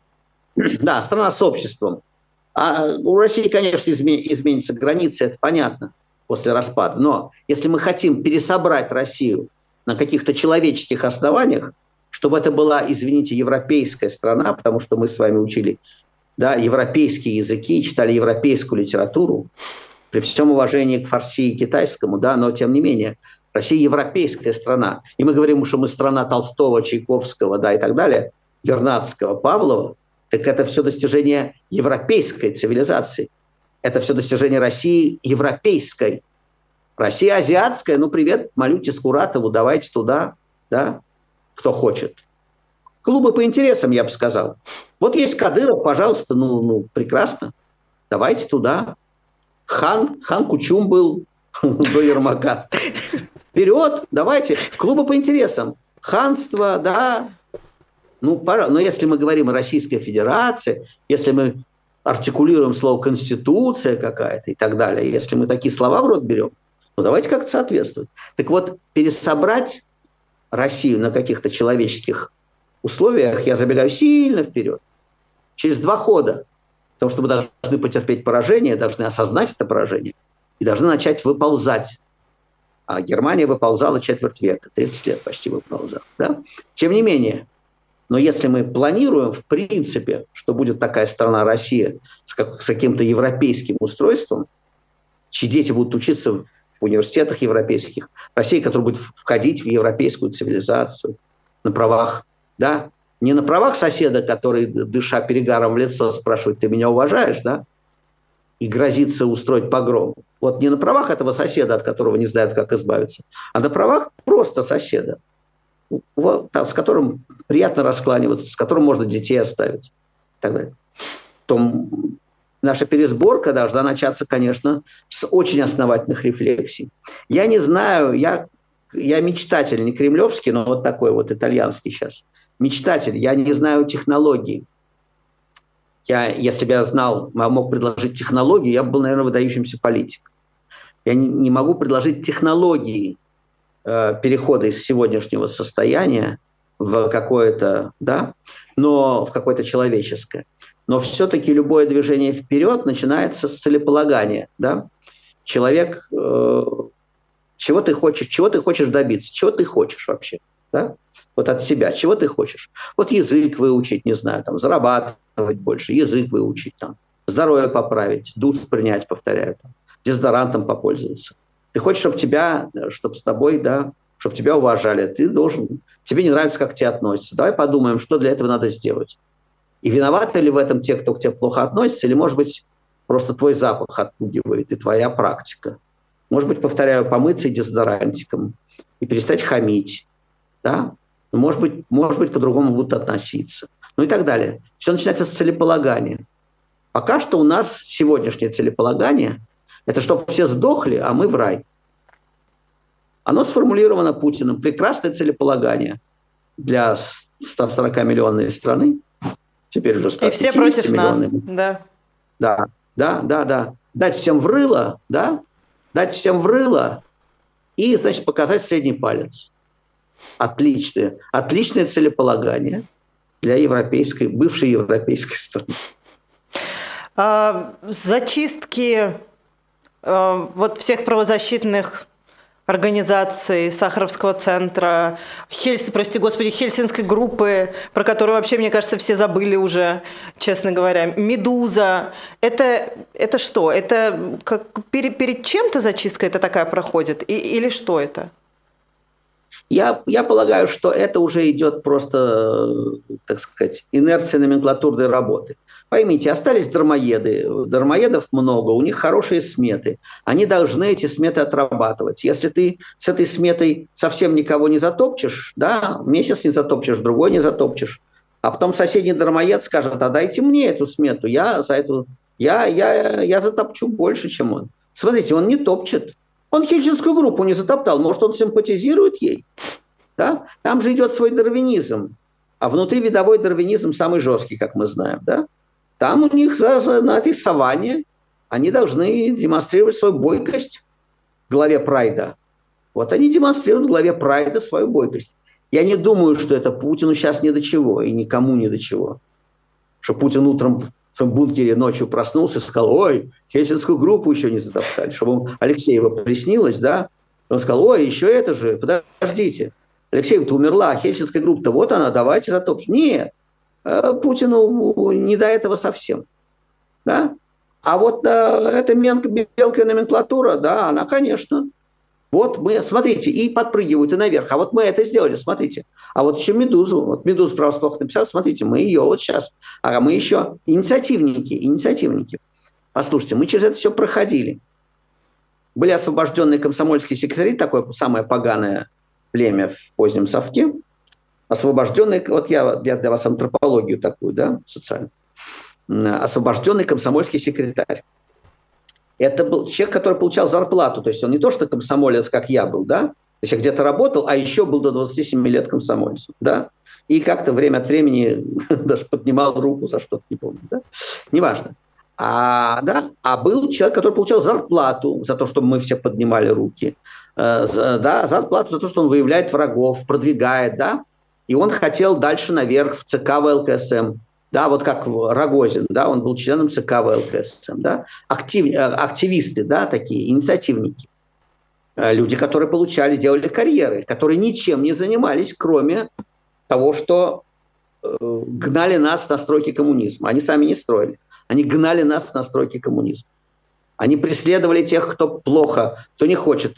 Да, страна с обществом. А у России, конечно, изменятся границы, это понятно, после распада. Но если мы хотим пересобрать Россию на каких-то человеческих основаниях, чтобы это была, извините, европейская страна, потому что мы с вами учили, да, европейские языки, читали европейскую литературу, при всем уважении к фарси и китайскому, да, но тем не менее, Россия европейская страна. И мы говорим, что мы страна Толстого, Чайковского, да, и так далее, Вернадского, Павлова, так это все достижение европейской цивилизации. Это все достижение России европейской. Россия азиатская, ну, привет, молюте Скуратову, давайте туда, да, кто хочет. Клубы по интересам, я бы сказал. Вот есть Кадыров, пожалуйста, ну прекрасно, давайте туда. Хан Кучум был до Ермака. Вперед, давайте, клубы по интересам. Ханство, да. Ну, но если мы говорим о Российской Федерации, если мы артикулируем слово «конституция» какая-то и так далее, если мы такие слова в рот берем, ну, давайте как-то соответствовать. Так вот, пересобрать Россию на каких-то человеческих условиях, я забегаю сильно вперед, через 2 хода. Потому что мы должны потерпеть поражение, должны осознать это поражение и должны начать выползать. А Германия выползала четверть века, 30 лет почти выползала. Да? Тем не менее, но если мы планируем, в принципе, что будет такая страна Россия с каким-то европейским устройством, чьи дети будут учиться в университетах европейских, Россия, которая будет входить в европейскую цивилизацию на правах, да, не на правах соседа, который, дыша перегаром в лицо, спрашивает, ты меня уважаешь, да? И грозится устроить погром. Вот не на правах этого соседа, от которого не знают, как избавиться, а на правах просто соседа, с которым приятно раскланиваться, с которым можно детей оставить. И так далее. То наша пересборка должна начаться, конечно, с очень основательных рефлексий. Я не знаю, я мечтатель, не кремлевский, но вот такой вот итальянский сейчас. Мечтатель, я не знаю технологий. Если бы я знал, мог предложить технологии, я бы был, наверное, выдающимся политиком. Я не могу предложить технологии перехода из сегодняшнего состояния в какое-то, да, но в какое-то человеческое. Но все-таки любое движение вперед начинается с целеполагания. Да? Человек, чего ты хочешь добиться, чего ты хочешь вообще, да? Вот от себя, чего ты хочешь. Вот язык выучить, не знаю, там, зарабатывать больше, язык выучить, там, здоровье поправить, душ принять, повторяю, там, дезодорантом попользоваться. Ты хочешь, чтобы с тобой, да, чтобы тебя уважали, тебе не нравится, как к тебе относятся. Давай подумаем, что для этого надо сделать. И виноваты ли в этом те, кто к тебе плохо относится, или, может быть, просто твой запах отпугивает и твоя практика. Может быть, повторяю, помыться и дезодорантиком, и перестать хамить, да? Может быть, по-другому будут относиться. Ну и так далее. Все начинается с целеполагания. Пока что у нас сегодняшнее целеполагание – это чтобы все сдохли, а мы в рай. Оно сформулировано Путиным. Прекрасное целеполагание для 140-миллионной страны. Теперь уже 150 и все против миллионной. Нас. Да. Дать всем в рыло, да? Дать всем в рыло и, значит, показать средний палец. Отличное целеполагание для бывшей европейской страны. Зачистки вот всех правозащитных организаций, Сахаровского центра, Хельсинской группы, про которую вообще, мне кажется, все забыли уже, честно говоря. «Медуза». Это что? Это перед чем-то зачистка это такая проходит? Или что это? Я полагаю, что это уже идет просто, так сказать, инерция номенклатурной работы. Поймите, остались дармоеды. Дармоедов много, у них хорошие сметы. Они должны эти сметы отрабатывать. Если ты с этой сметой совсем никого не затопчешь, да, месяц не затопчешь, другой не затопчешь, а потом соседний дармоед скажет, а дайте мне эту смету, я затопчу больше, чем он. Смотрите, он не топчет. Он Хельсинскую группу не затоптал, может, он симпатизирует ей. Да? Там же идет свой дарвинизм. А внутривидовой дарвинизм самый жесткий, как мы знаем. Да? Там у них на этой саванне они должны демонстрировать свою бойкость в главе Прайда. Вот они демонстрируют в главе Прайда свою бойкость. Я не думаю, что это Путину сейчас ни до чего и никому ни до чего. что Путин утром в своем бункере ночью проснулся и сказал: ой, Хельсинскую группу еще не затоптали, чтобы ему Алексеева приснилось, да? Он сказал: ой, еще это же, подождите, Алексеева-то умерла, а Хельсинская группа-то вот она, давайте затопчем. Нет, Путину не до этого совсем, да? А вот эта мелкая номенклатура, да, она, конечно, вот мы, смотрите, и подпрыгивают, и наверх. А вот мы это сделали, смотрите. А вот еще «Медузу». Вот «Медузу» право плохо написал, смотрите, мы ее вот сейчас. А мы еще инициативники. Послушайте, мы через это все проходили. Были освобожденные комсомольские секретари, такое самое поганое племя в позднем совке. Освобожденные, вот я для вас антропологию такую, да, социальную. Освобожденный комсомольский секретарь. Это был человек, который получал зарплату. То есть он не то, что комсомолец, как я был, да, то есть я где-то работал, а еще был до 27 лет комсомольцем, да, и как-то время от времени даже поднимал руку за что-то, не помню, да, неважно. А был человек, который получал зарплату за то, чтобы мы все поднимали руки, да, зарплату за то, что он выявляет врагов, продвигает, да, и он хотел дальше наверх в ЦК ВЛКСМ. Да, вот как Рогозин, да, он был членом ЦК ВЛКСМ, да, активисты, да, такие, инициативники, люди, которые делали карьеры, которые ничем не занимались, кроме того, что гнали нас на стройки коммунизма. Они сами не строили, они гнали нас на стройки коммунизма. Они преследовали тех, кто плохо, кто не хочет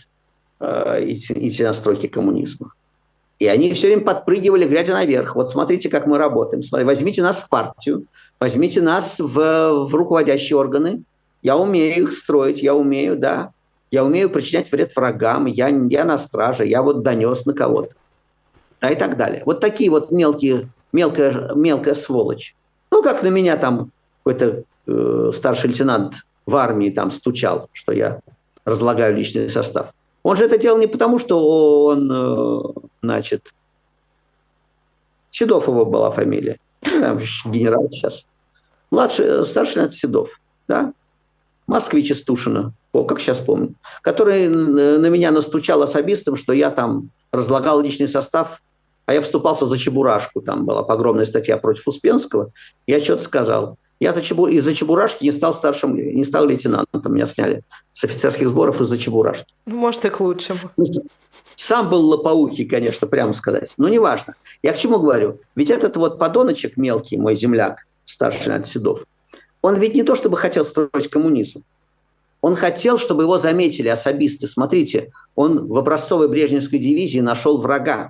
идти на стройки коммунизма. И они все время подпрыгивали, глядя наверх. Вот смотрите, как мы работаем. Возьмите нас в партию, возьмите нас в руководящие органы. Я умею их строить, я умею, да. Я умею причинять вред врагам, я на страже, я вот донес на кого-то. Да, и так далее. Вот такие вот мелкая сволочь. Ну, как на меня там какой-то старший лейтенант в армии там стучал, что я разлагаю личный состав. Он же это делал не потому, что он, значит, Седов его была фамилия, там генерал сейчас, старший лейтенант Седов, да, москвич из Тушино, как сейчас помню, который на меня настучал особистом, что я там разлагал личный состав, а я вступался за Чебурашку, там была погромная статья против Успенского, я что-то сказал. Я из-за Чебурашки не стал лейтенантом. Меня сняли с офицерских сборов из-за Чебурашки. Может, и к лучшему. Сам был лопоухий, конечно, прямо сказать. Но неважно. Я к чему говорю? Ведь этот вот подоночек мелкий, мой земляк, старший лейтенант Седов, он ведь не то чтобы хотел строить коммунизм. Он хотел, чтобы его заметили особисты. Смотрите, он в образцовой брежневской дивизии нашел врага.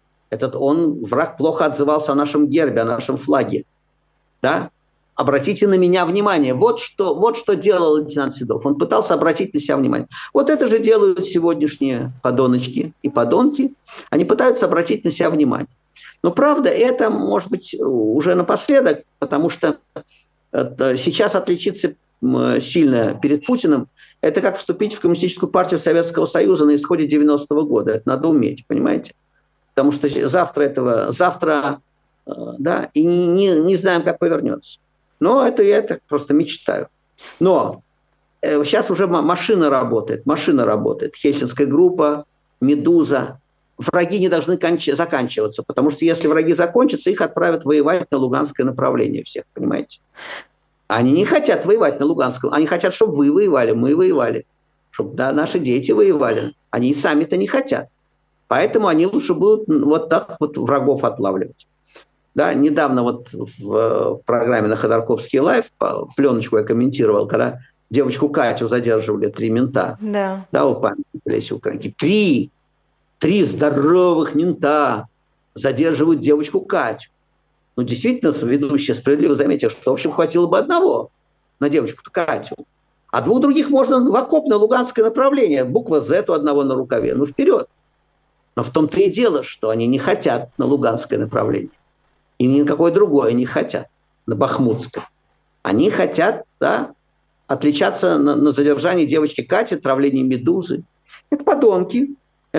Враг плохо отзывался о нашем гербе, о нашем флаге. Да? Обратите на меня внимание. Вот что делал лейтенант Седов. Он пытался обратить на себя внимание. Вот это же делают сегодняшние подоночки и подонки. Они пытаются обратить на себя внимание. Но правда, это может быть уже напоследок, потому что сейчас отличиться сильно перед Путиным – это как вступить в Коммунистическую партию Советского Союза на исходе 90-го года. Это надо уметь, понимаете? Потому что завтра, да, и не знаем, как повернется. Но это я так просто мечтаю. Но сейчас уже машина работает. Хельсинская группа, «Медуза». Враги не должны заканчиваться, потому что если враги закончатся, их отправят воевать на Луганское направление всех, понимаете? Они не хотят воевать на Луганском, они хотят, чтобы вы воевали, мы воевали, чтобы наши дети воевали. Они и сами-то не хотят. Поэтому они лучше будут вот так вот врагов отлавливать. Да, недавно вот в программе на Ходорковский лайв пленочку я комментировал, когда девочку Катю задерживали 3 мента. Да, у памятника Леси Украинки. Три здоровых мента задерживают девочку Катю. Ну, действительно, ведущая справедливо заметила, что, в общем, хватило бы одного на девочку Катю. А 2 других можно в окоп на Луганское направление. Буква «З» у одного на рукаве. Ну, вперед. Но в том-то и дело, что они не хотят на Луганское направление. И никакое другое не хотят, на Бахмутское. Они хотят, да, отличаться на задержании девочки Кати, травлении «Медузы». Это подонки.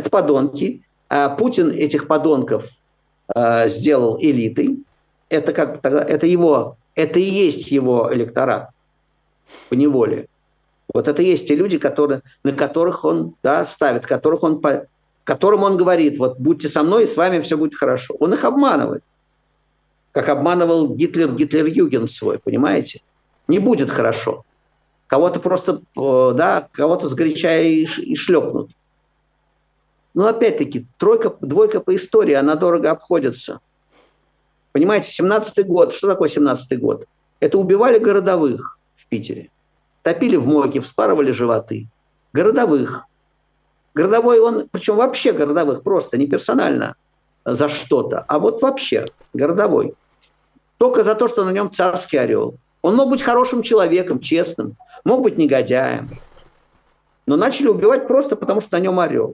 А Путин этих подонков сделал элитой. Это и есть его электорат поневоле. Вот это и есть те люди, на которых он, да, ставит, которым он говорит: вот будьте со мной, и с вами все будет хорошо. Он их обманывает. как обманывал Гитлер-Югенд свой, понимаете? Не будет хорошо. Кого-то просто, да, кого-то сгоряча и шлепнут. Но опять-таки, двойка по истории, она дорого обходится. Понимаете, 17-й год, что такое 17-й год? Это убивали городовых в Питере. Топили в мойке, вспарывали животы. Городовых. Городовой он, причем вообще городовых, просто не персонально за что-то, а вот вообще городовой. Только за то, что на нем царский орел. Он мог быть хорошим человеком, честным, мог быть негодяем. Но начали убивать просто потому, что на нем орел.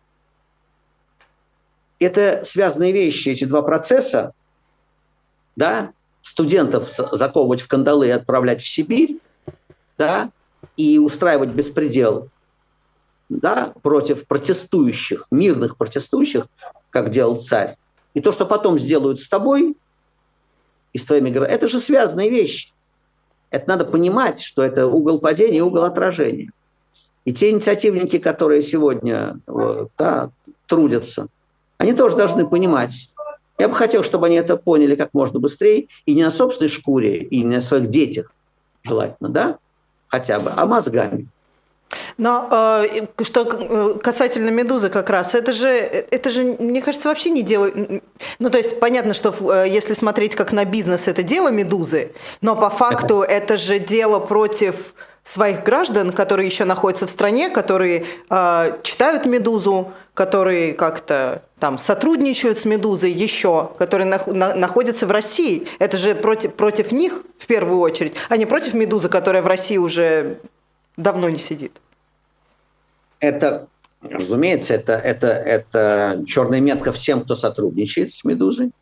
Это связанные вещи, эти два процесса, да, студентов заковывать в кандалы и отправлять в Сибирь, да, и устраивать беспредел, да, против протестующих, мирных протестующих, как делал царь, и то, что потом сделают с тобой и с твоими городами, это же связанные вещи. Это надо понимать, что это угол падения и угол отражения. И те инициативники, которые сегодня да, трудятся, они тоже должны понимать. Я бы хотел, чтобы они это поняли как можно быстрее, и не на собственной шкуре, и не на своих детях, желательно, да, хотя бы, а мозгами. Но что касательно «Медузы» как раз, это же, мне кажется, вообще не дело... Ну, то есть, понятно, что если смотреть как на бизнес, это дело «Медузы», но по факту это же дело против своих граждан, которые еще находятся в стране, которые читают «Медузу», которые как-то там сотрудничают с «Медузой» еще, которые находятся в России. Это же против них в первую очередь, а не против «Медузы», которая в России уже давно не сидит. Это, разумеется, это черная метка всем, кто сотрудничает с «Медузой».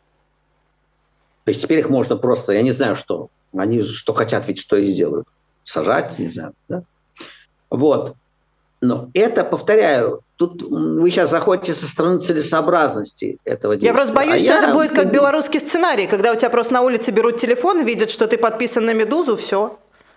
То есть теперь их можно просто, я не знаю, что они что хотят, ведь что и сделают. Сажать, не знаю, да? Вот. Но это, повторяю, тут вы сейчас заходите со стороны целесообразности этого действия. Я просто боюсь, что это будет как белорусский сценарий, когда у тебя просто на улице берут телефон, видят, что ты подписан на «Медузу», все.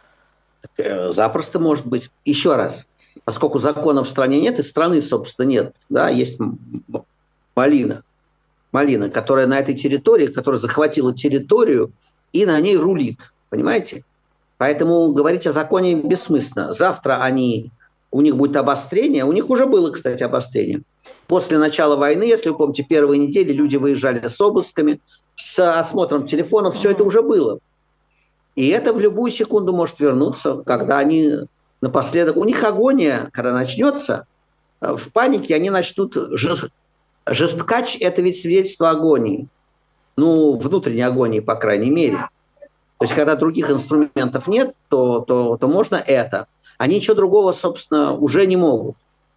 Запросто может быть. Еще раз, поскольку законов в стране нет, и страны, собственно, нет, да, есть Малина, которая на этой территории, которая захватила территорию и на ней рулит, понимаете? Поэтому говорить о законе бессмысленно. Завтра у них будет обострение, у них уже было, кстати, обострение. После начала войны, если вы помните, первые недели люди выезжали с обысками, с осмотром телефонов, все это уже было. И это в любую секунду может вернуться, когда они напоследок... У них агония, когда начнется, в панике они начнут... Жесткач – это ведь свидетельство агонии. Ну, внутренней агонии, по крайней мере. То есть, когда других инструментов нет, то можно это. Они ничего другого, собственно, уже не могут.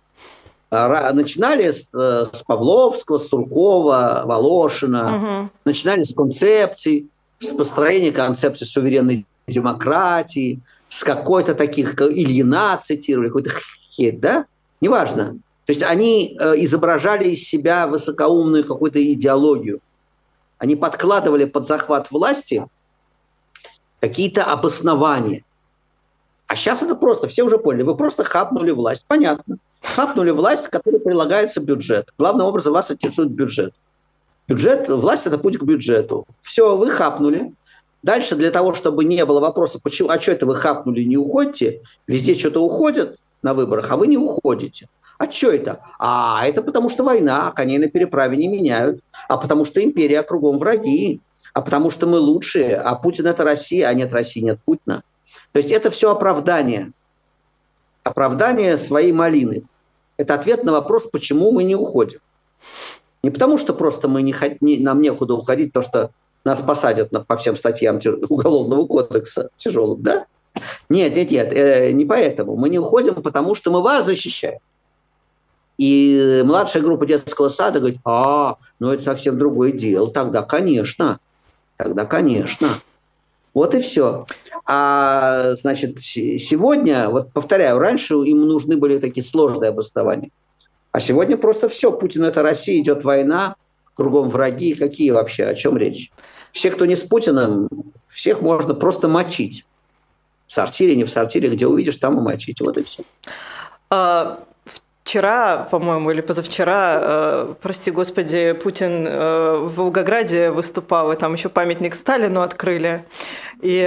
Начинали с Павловского, с Суркова, Волошина. Начинали с концепций, с построения концепции суверенной демократии, с какой-то таких, Ильина цитировали, какой-то хет, да? Неважно. То есть они изображали из себя высокоумную какую-то идеологию. Они подкладывали под захват власти какие-то обоснования. А сейчас это просто, все уже поняли, вы просто хапнули власть. Понятно. Хапнули власть, к которой прилагается бюджет. Главным образом вас интересует бюджет. Бюджет, власть – это путь к бюджету. Все, вы хапнули. Дальше для того, чтобы не было вопроса, почему, а что это вы хапнули, не уходите? Везде что-то уходят на выборах, а вы не уходите. А что это? А это потому что война, коней на переправе не меняют. А потому что империя, кругом враги. А потому что мы лучшие. А Путин – это Россия, а нет России, нет Путина. То есть это все оправдание. Оправдание своей малины. Это ответ на вопрос, почему мы не уходим. Не потому, что просто нам некуда уходить, потому что нас посадят по всем статьям Уголовного кодекса тяжелым, да? Нет, не поэтому. Мы не уходим, потому что мы вас защищаем. И младшая группа детского сада говорит, ну это совсем другое дело. Тогда, конечно. Вот и все. А, значит, сегодня, вот повторяю, раньше им нужны были такие сложные обоснования. А сегодня просто все. Путин – это Россия, идет война, кругом враги. Какие вообще? О чем речь? Все, кто не с Путиным, всех можно просто мочить. В сортире, не в сортире, где увидишь, там и мочить. Вот и все. вчера, по-моему, или позавчера, прости господи, Путин в Волгограде выступал, и там еще памятник Сталину открыли. И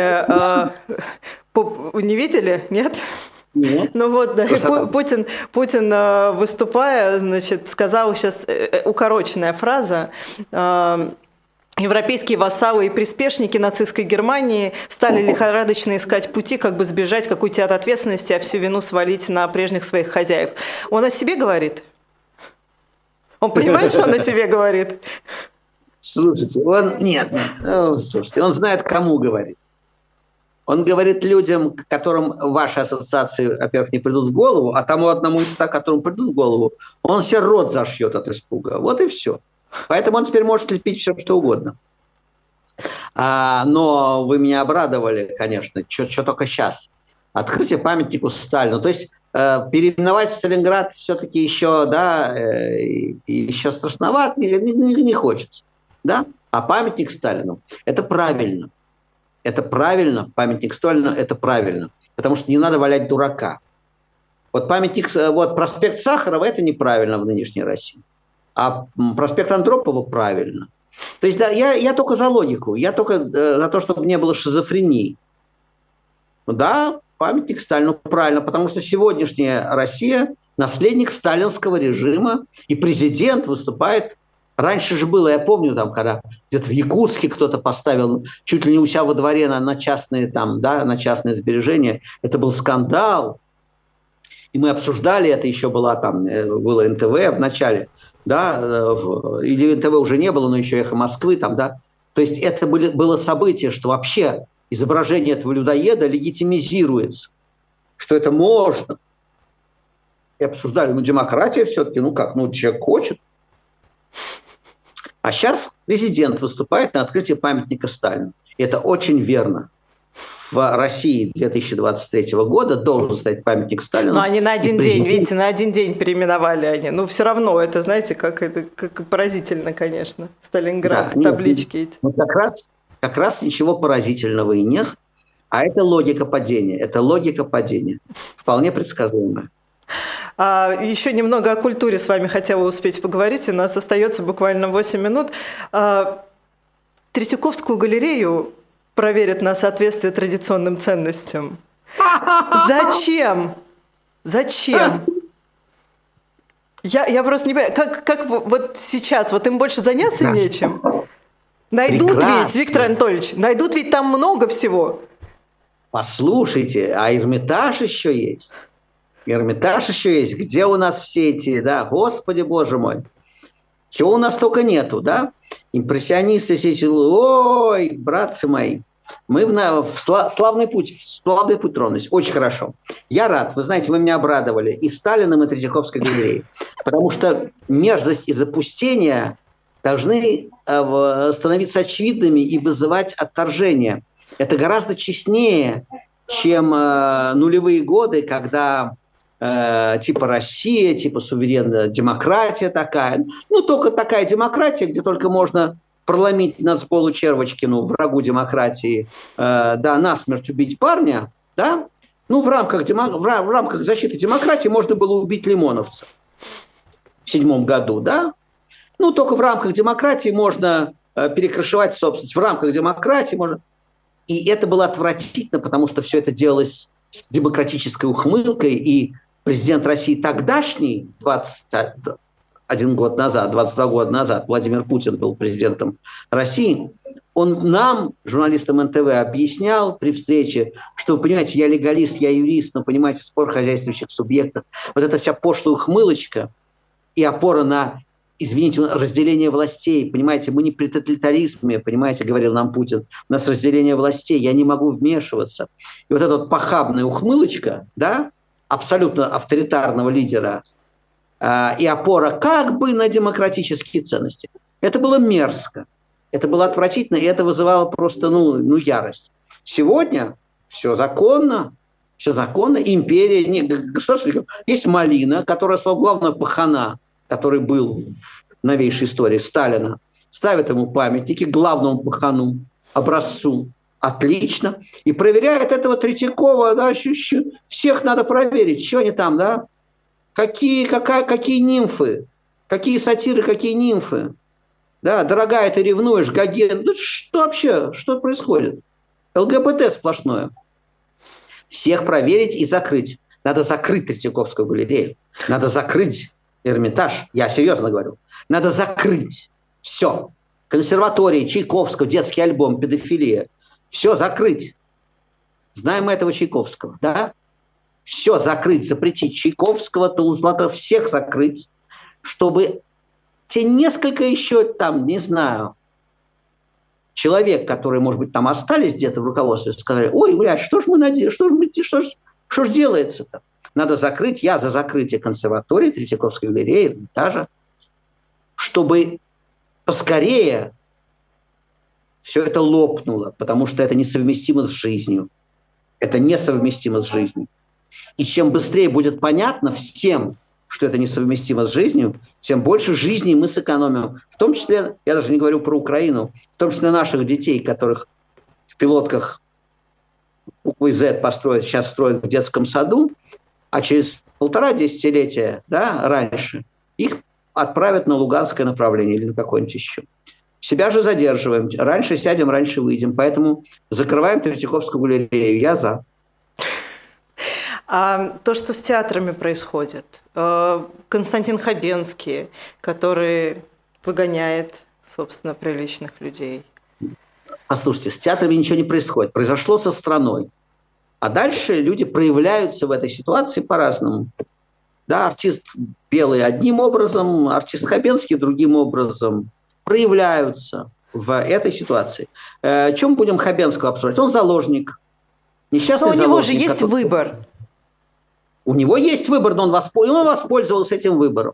не видели? Нет? Нет. Ну вот, да, Путин, выступая, значит, сказал сейчас укороченная фраза: европейские вассалы и приспешники нацистской Германии стали лихорадочно искать пути, как бы сбежать какой-то от ответственности, а всю вину свалить на прежних своих хозяев. Он о себе говорит? Он понимает, что он о себе говорит? Слушайте, слушайте, он знает, кому говорит. Он говорит людям, которым ваши ассоциации, во-первых, не придут в голову, а тому одному из 100, которому придут в голову, он себе рот зашьет от испуга. Вот и все. Поэтому он теперь может лепить все, что угодно. Но вы меня обрадовали, конечно, что только сейчас. Открытие памятнику Сталину. То есть переименовать Сталинград все-таки еще, да, еще страшновато, не хочется. Да? А памятник Сталину – это правильно. Это правильно, памятник Сталину – это правильно. Потому что не надо валять дурака. Вот проспект Сахарова – это неправильно в нынешней России. А проспект Андропова правильно. То есть, да, я только за логику, я только за то, чтобы не было шизофрении. Да, памятник Сталину правильно, потому что сегодняшняя Россия – наследник сталинского режима, и президент выступает. Раньше же было, я помню, там, когда где-то в Якутске кто-то поставил чуть ли не у себя во дворе на частные, там, да, на частные сбережения. Это был скандал. И мы обсуждали это, еще было НТВ в начале. Да, или НТВ уже не было, но еще «Эхо Москвы» там, да. То есть это было событие, что вообще изображение этого людоеда легитимизируется, что это можно. И обсуждали, демократия все-таки, человек хочет. А сейчас президент выступает на открытии памятника Сталину. И это очень верно. В России 2023 года должен стоять памятник Сталину. Но они на один день, видите, на один день переименовали они. Но все равно это, знаете, как поразительно, конечно. Сталинград, да, таблички эти. Как раз ничего поразительного и нет. А это логика падения. Это логика падения. Вполне предсказуемая. Еще немного о культуре с вами хотела успеть поговорить. У нас остается буквально 8 минут. Третьяковскую галерею проверят на соответствие традиционным ценностям. Зачем? Зачем? Я просто не понимаю, как вот сейчас, вот им больше заняться нечем? Найдут ведь, Виктор Анатольевич, найдут ведь там много всего. Послушайте, а Эрмитаж еще есть. Эрмитаж еще есть. Где у нас все эти, да, Господи, Боже мой. Чего у нас только нету, да? Импрессионисты все эти, ой, братцы мои. Мы в славный путь тронулись. Очень хорошо. Я рад. Вы знаете, вы меня обрадовали и Сталиным, и Третьяковской галереей. Потому что мерзость и запустение должны становиться очевидными и вызывать отторжение. Это гораздо честнее, чем нулевые годы, когда типа Россия, типа суверенная демократия такая. Только такая демократия, где только можно проломить нацполу Червочкину, врагу демократии, насмерть убить парня, да? В рамках защиты демократии можно было убить лимоновца в 1907 году, да? Только в рамках демократии можно перекрашивать собственность, в рамках демократии можно... И это было отвратительно, потому что все это делалось с демократической ухмылкой, и президент России тогдашний, 21 год назад, 22 года назад, Владимир Путин был президентом России, он нам, журналистам НТВ, объяснял при встрече, что, вы понимаете, я легалист, я юрист, но, понимаете, спор хозяйствующих субъектов, вот эта вся пошлая ухмылочка и опора на, извините, разделение властей, понимаете, мы не при тоталитаризме, понимаете, говорил нам Путин, у нас разделение властей, я не могу вмешиваться. И вот эта вот похабная ухмылочка, да, абсолютно авторитарного лидера, и опора как бы на демократические ценности. Это было мерзко, это было отвратительно, и это вызывало просто, ярость. Сегодня все законно, империя, государство, есть Малина, которая стала главного пахана, который был в новейшей истории Сталина, ставят ему памятники главному пахану, образцу. Отлично. И проверяет этого Третьякова, да, всех надо проверить, что они там, да. Какие нимфы? Какие сатиры, какие нимфы? Да, дорогая, ты ревнуешь, Гоген. Ну что вообще? Что происходит? ЛГБТ сплошное. Всех проверить и закрыть. Надо закрыть Третьяковскую галерею. Надо закрыть Эрмитаж. Я серьезно говорю. Надо закрыть. Все. Консерватории, Чайковского, детский альбом, педофилия. Все закрыть. Знаем мы этого Чайковского, да? Все закрыть, запретить Чайковского, Тулузлатова, всех закрыть, чтобы те несколько еще там, не знаю, человек, которые, может быть, там остались где-то в руководстве, сказали: ой, блядь, что ж мы наделали, что ж делается-то? Надо закрыть, я за закрытие консерватории, Третьяковской галереи, Эрмитажа, чтобы поскорее все это лопнуло, потому что это несовместимо с жизнью. Это несовместимо с жизнью. И чем быстрее будет понятно всем, что это несовместимо с жизнью, тем больше жизней мы сэкономим. В том числе, я даже не говорю про Украину, в том числе наших детей, которых в пилотках буквой Z построят, сейчас строят в детском саду, а через 1,5 десятилетия, да, раньше, их отправят на Луганское направление или на какое-нибудь еще. Себя же задерживаем. Раньше сядем, раньше выйдем. Поэтому закрываем Третьяковскую галерею. Я за. А то, что с театрами происходит, Константин Хабенский, который выгоняет, собственно, приличных людей. Послушайте, с театрами ничего не происходит. Произошло со страной. А дальше люди проявляются в этой ситуации по-разному. Да, артист белый одним образом, артист Хабенский другим образом проявляются в этой ситуации. Чем будем Хабенского обсуждать? Он заложник. Несчастный заложник. Но у него же есть выбор. У него есть выбор, но он воспользовался этим выбором.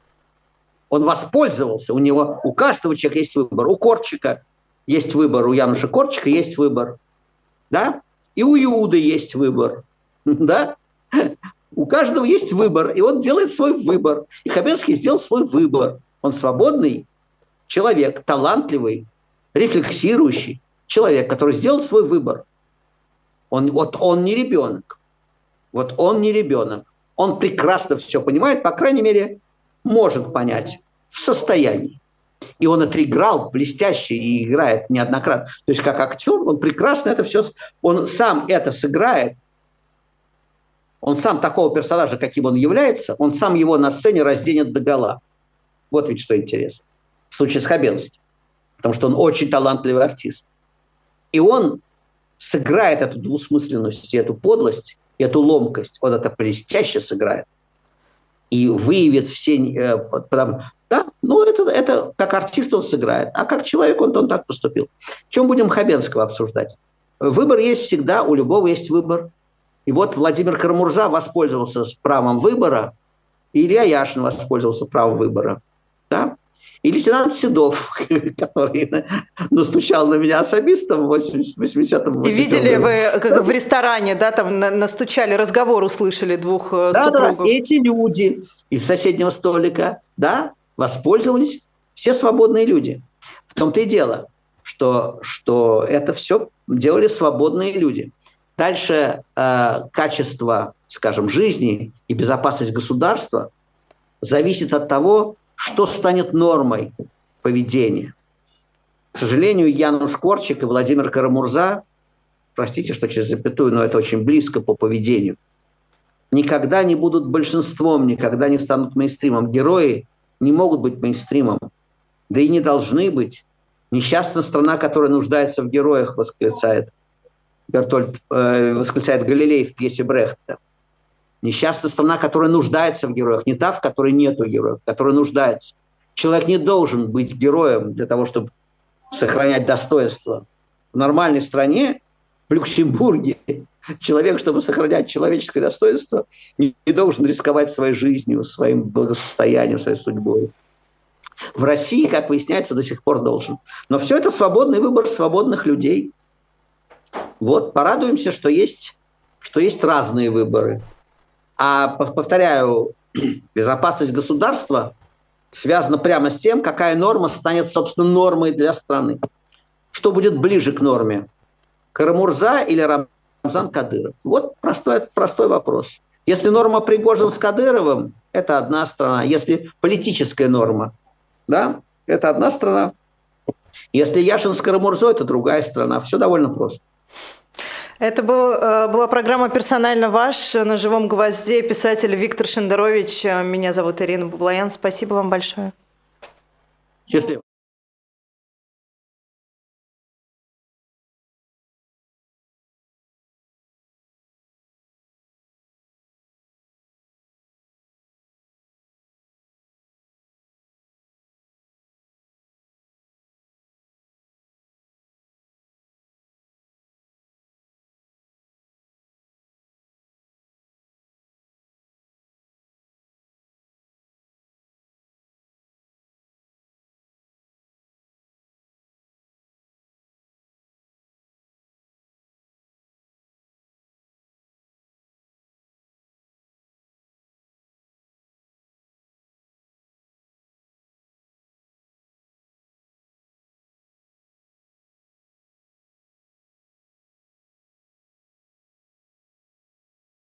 Он воспользовался. У каждого человека есть выбор. У Корчика есть выбор, у Януша Корчика есть выбор. Да? И у Иуды есть выбор. Да? У каждого есть выбор, и он делает свой выбор. И Хабенский сделал свой выбор. Он свободный человек, талантливый, рефлексирующий человек, который сделал свой выбор. Он не ребенок. Вот он не ребенок. Он прекрасно все понимает, по крайней мере, может понять в состоянии. И он отыграл блестяще и играет неоднократно. То есть как актер он прекрасно это все... Он сам это сыграет. Он сам такого персонажа, каким он является, он сам его на сцене разденет догола. Вот ведь что интересно. В случае с Хабенским. Потому что он очень талантливый артист. И он сыграет эту двусмысленность, эту подлость, эту ломкость. Он это блестяще сыграет. И выявит все... Да, ну это как артист он сыграет. А как человек он так поступил. В чем будем Хабенского обсуждать? Выбор есть всегда, у любого есть выбор. И вот Владимир Карамурза воспользовался правом выбора, и Илья Яшин воспользовался правом выбора. Да? И лейтенант Седов, который настучал на меня особистом в 80-м. И видели вы, как в ресторане, да, там настучали, разговор услышали двух супругов. Да, эти люди из соседнего столика, да, воспользовались все свободные люди. В том-то и дело, что это все делали свободные люди. Дальше качество, скажем, жизни и безопасность государства зависит от того, что станет нормой поведения. К сожалению, Януш Корчик и Владимир Карамурза, простите, что через запятую, но это очень близко по поведению, никогда не будут большинством, никогда не станут мейнстримом. Герои не могут быть мейнстримом, да и не должны быть. Несчастная страна, которая нуждается в героях, восклицает Галилей в пьесе Брехта. Несчастная страна, которая нуждается в героях, не та, в которой нету героев, которая нуждается. Человек не должен быть героем для того, чтобы сохранять достоинство. В нормальной стране, в Люксембурге, человек, чтобы сохранять человеческое достоинство, не должен рисковать своей жизнью, своим благосостоянием, своей судьбой. В России, как выясняется, до сих пор должен. Но все это свободный выбор свободных людей. Вот, порадуемся, что есть разные выборы. А, повторяю, безопасность государства связана прямо с тем, какая норма станет, собственно, нормой для страны. Что будет ближе к норме? Карамурза или Рамзан Кадыров? Вот простой вопрос. Если норма Пригожин с Кадыровым, это одна страна. Если политическая норма, да, это одна страна. Если Яшин с Карамурзой, это другая страна. Все довольно просто. Это была программа «Персонально ваш». На живом гвозде писатель Виктор Шендерович. Меня зовут Ирина Баблоян. Спасибо вам большое. Счастливо.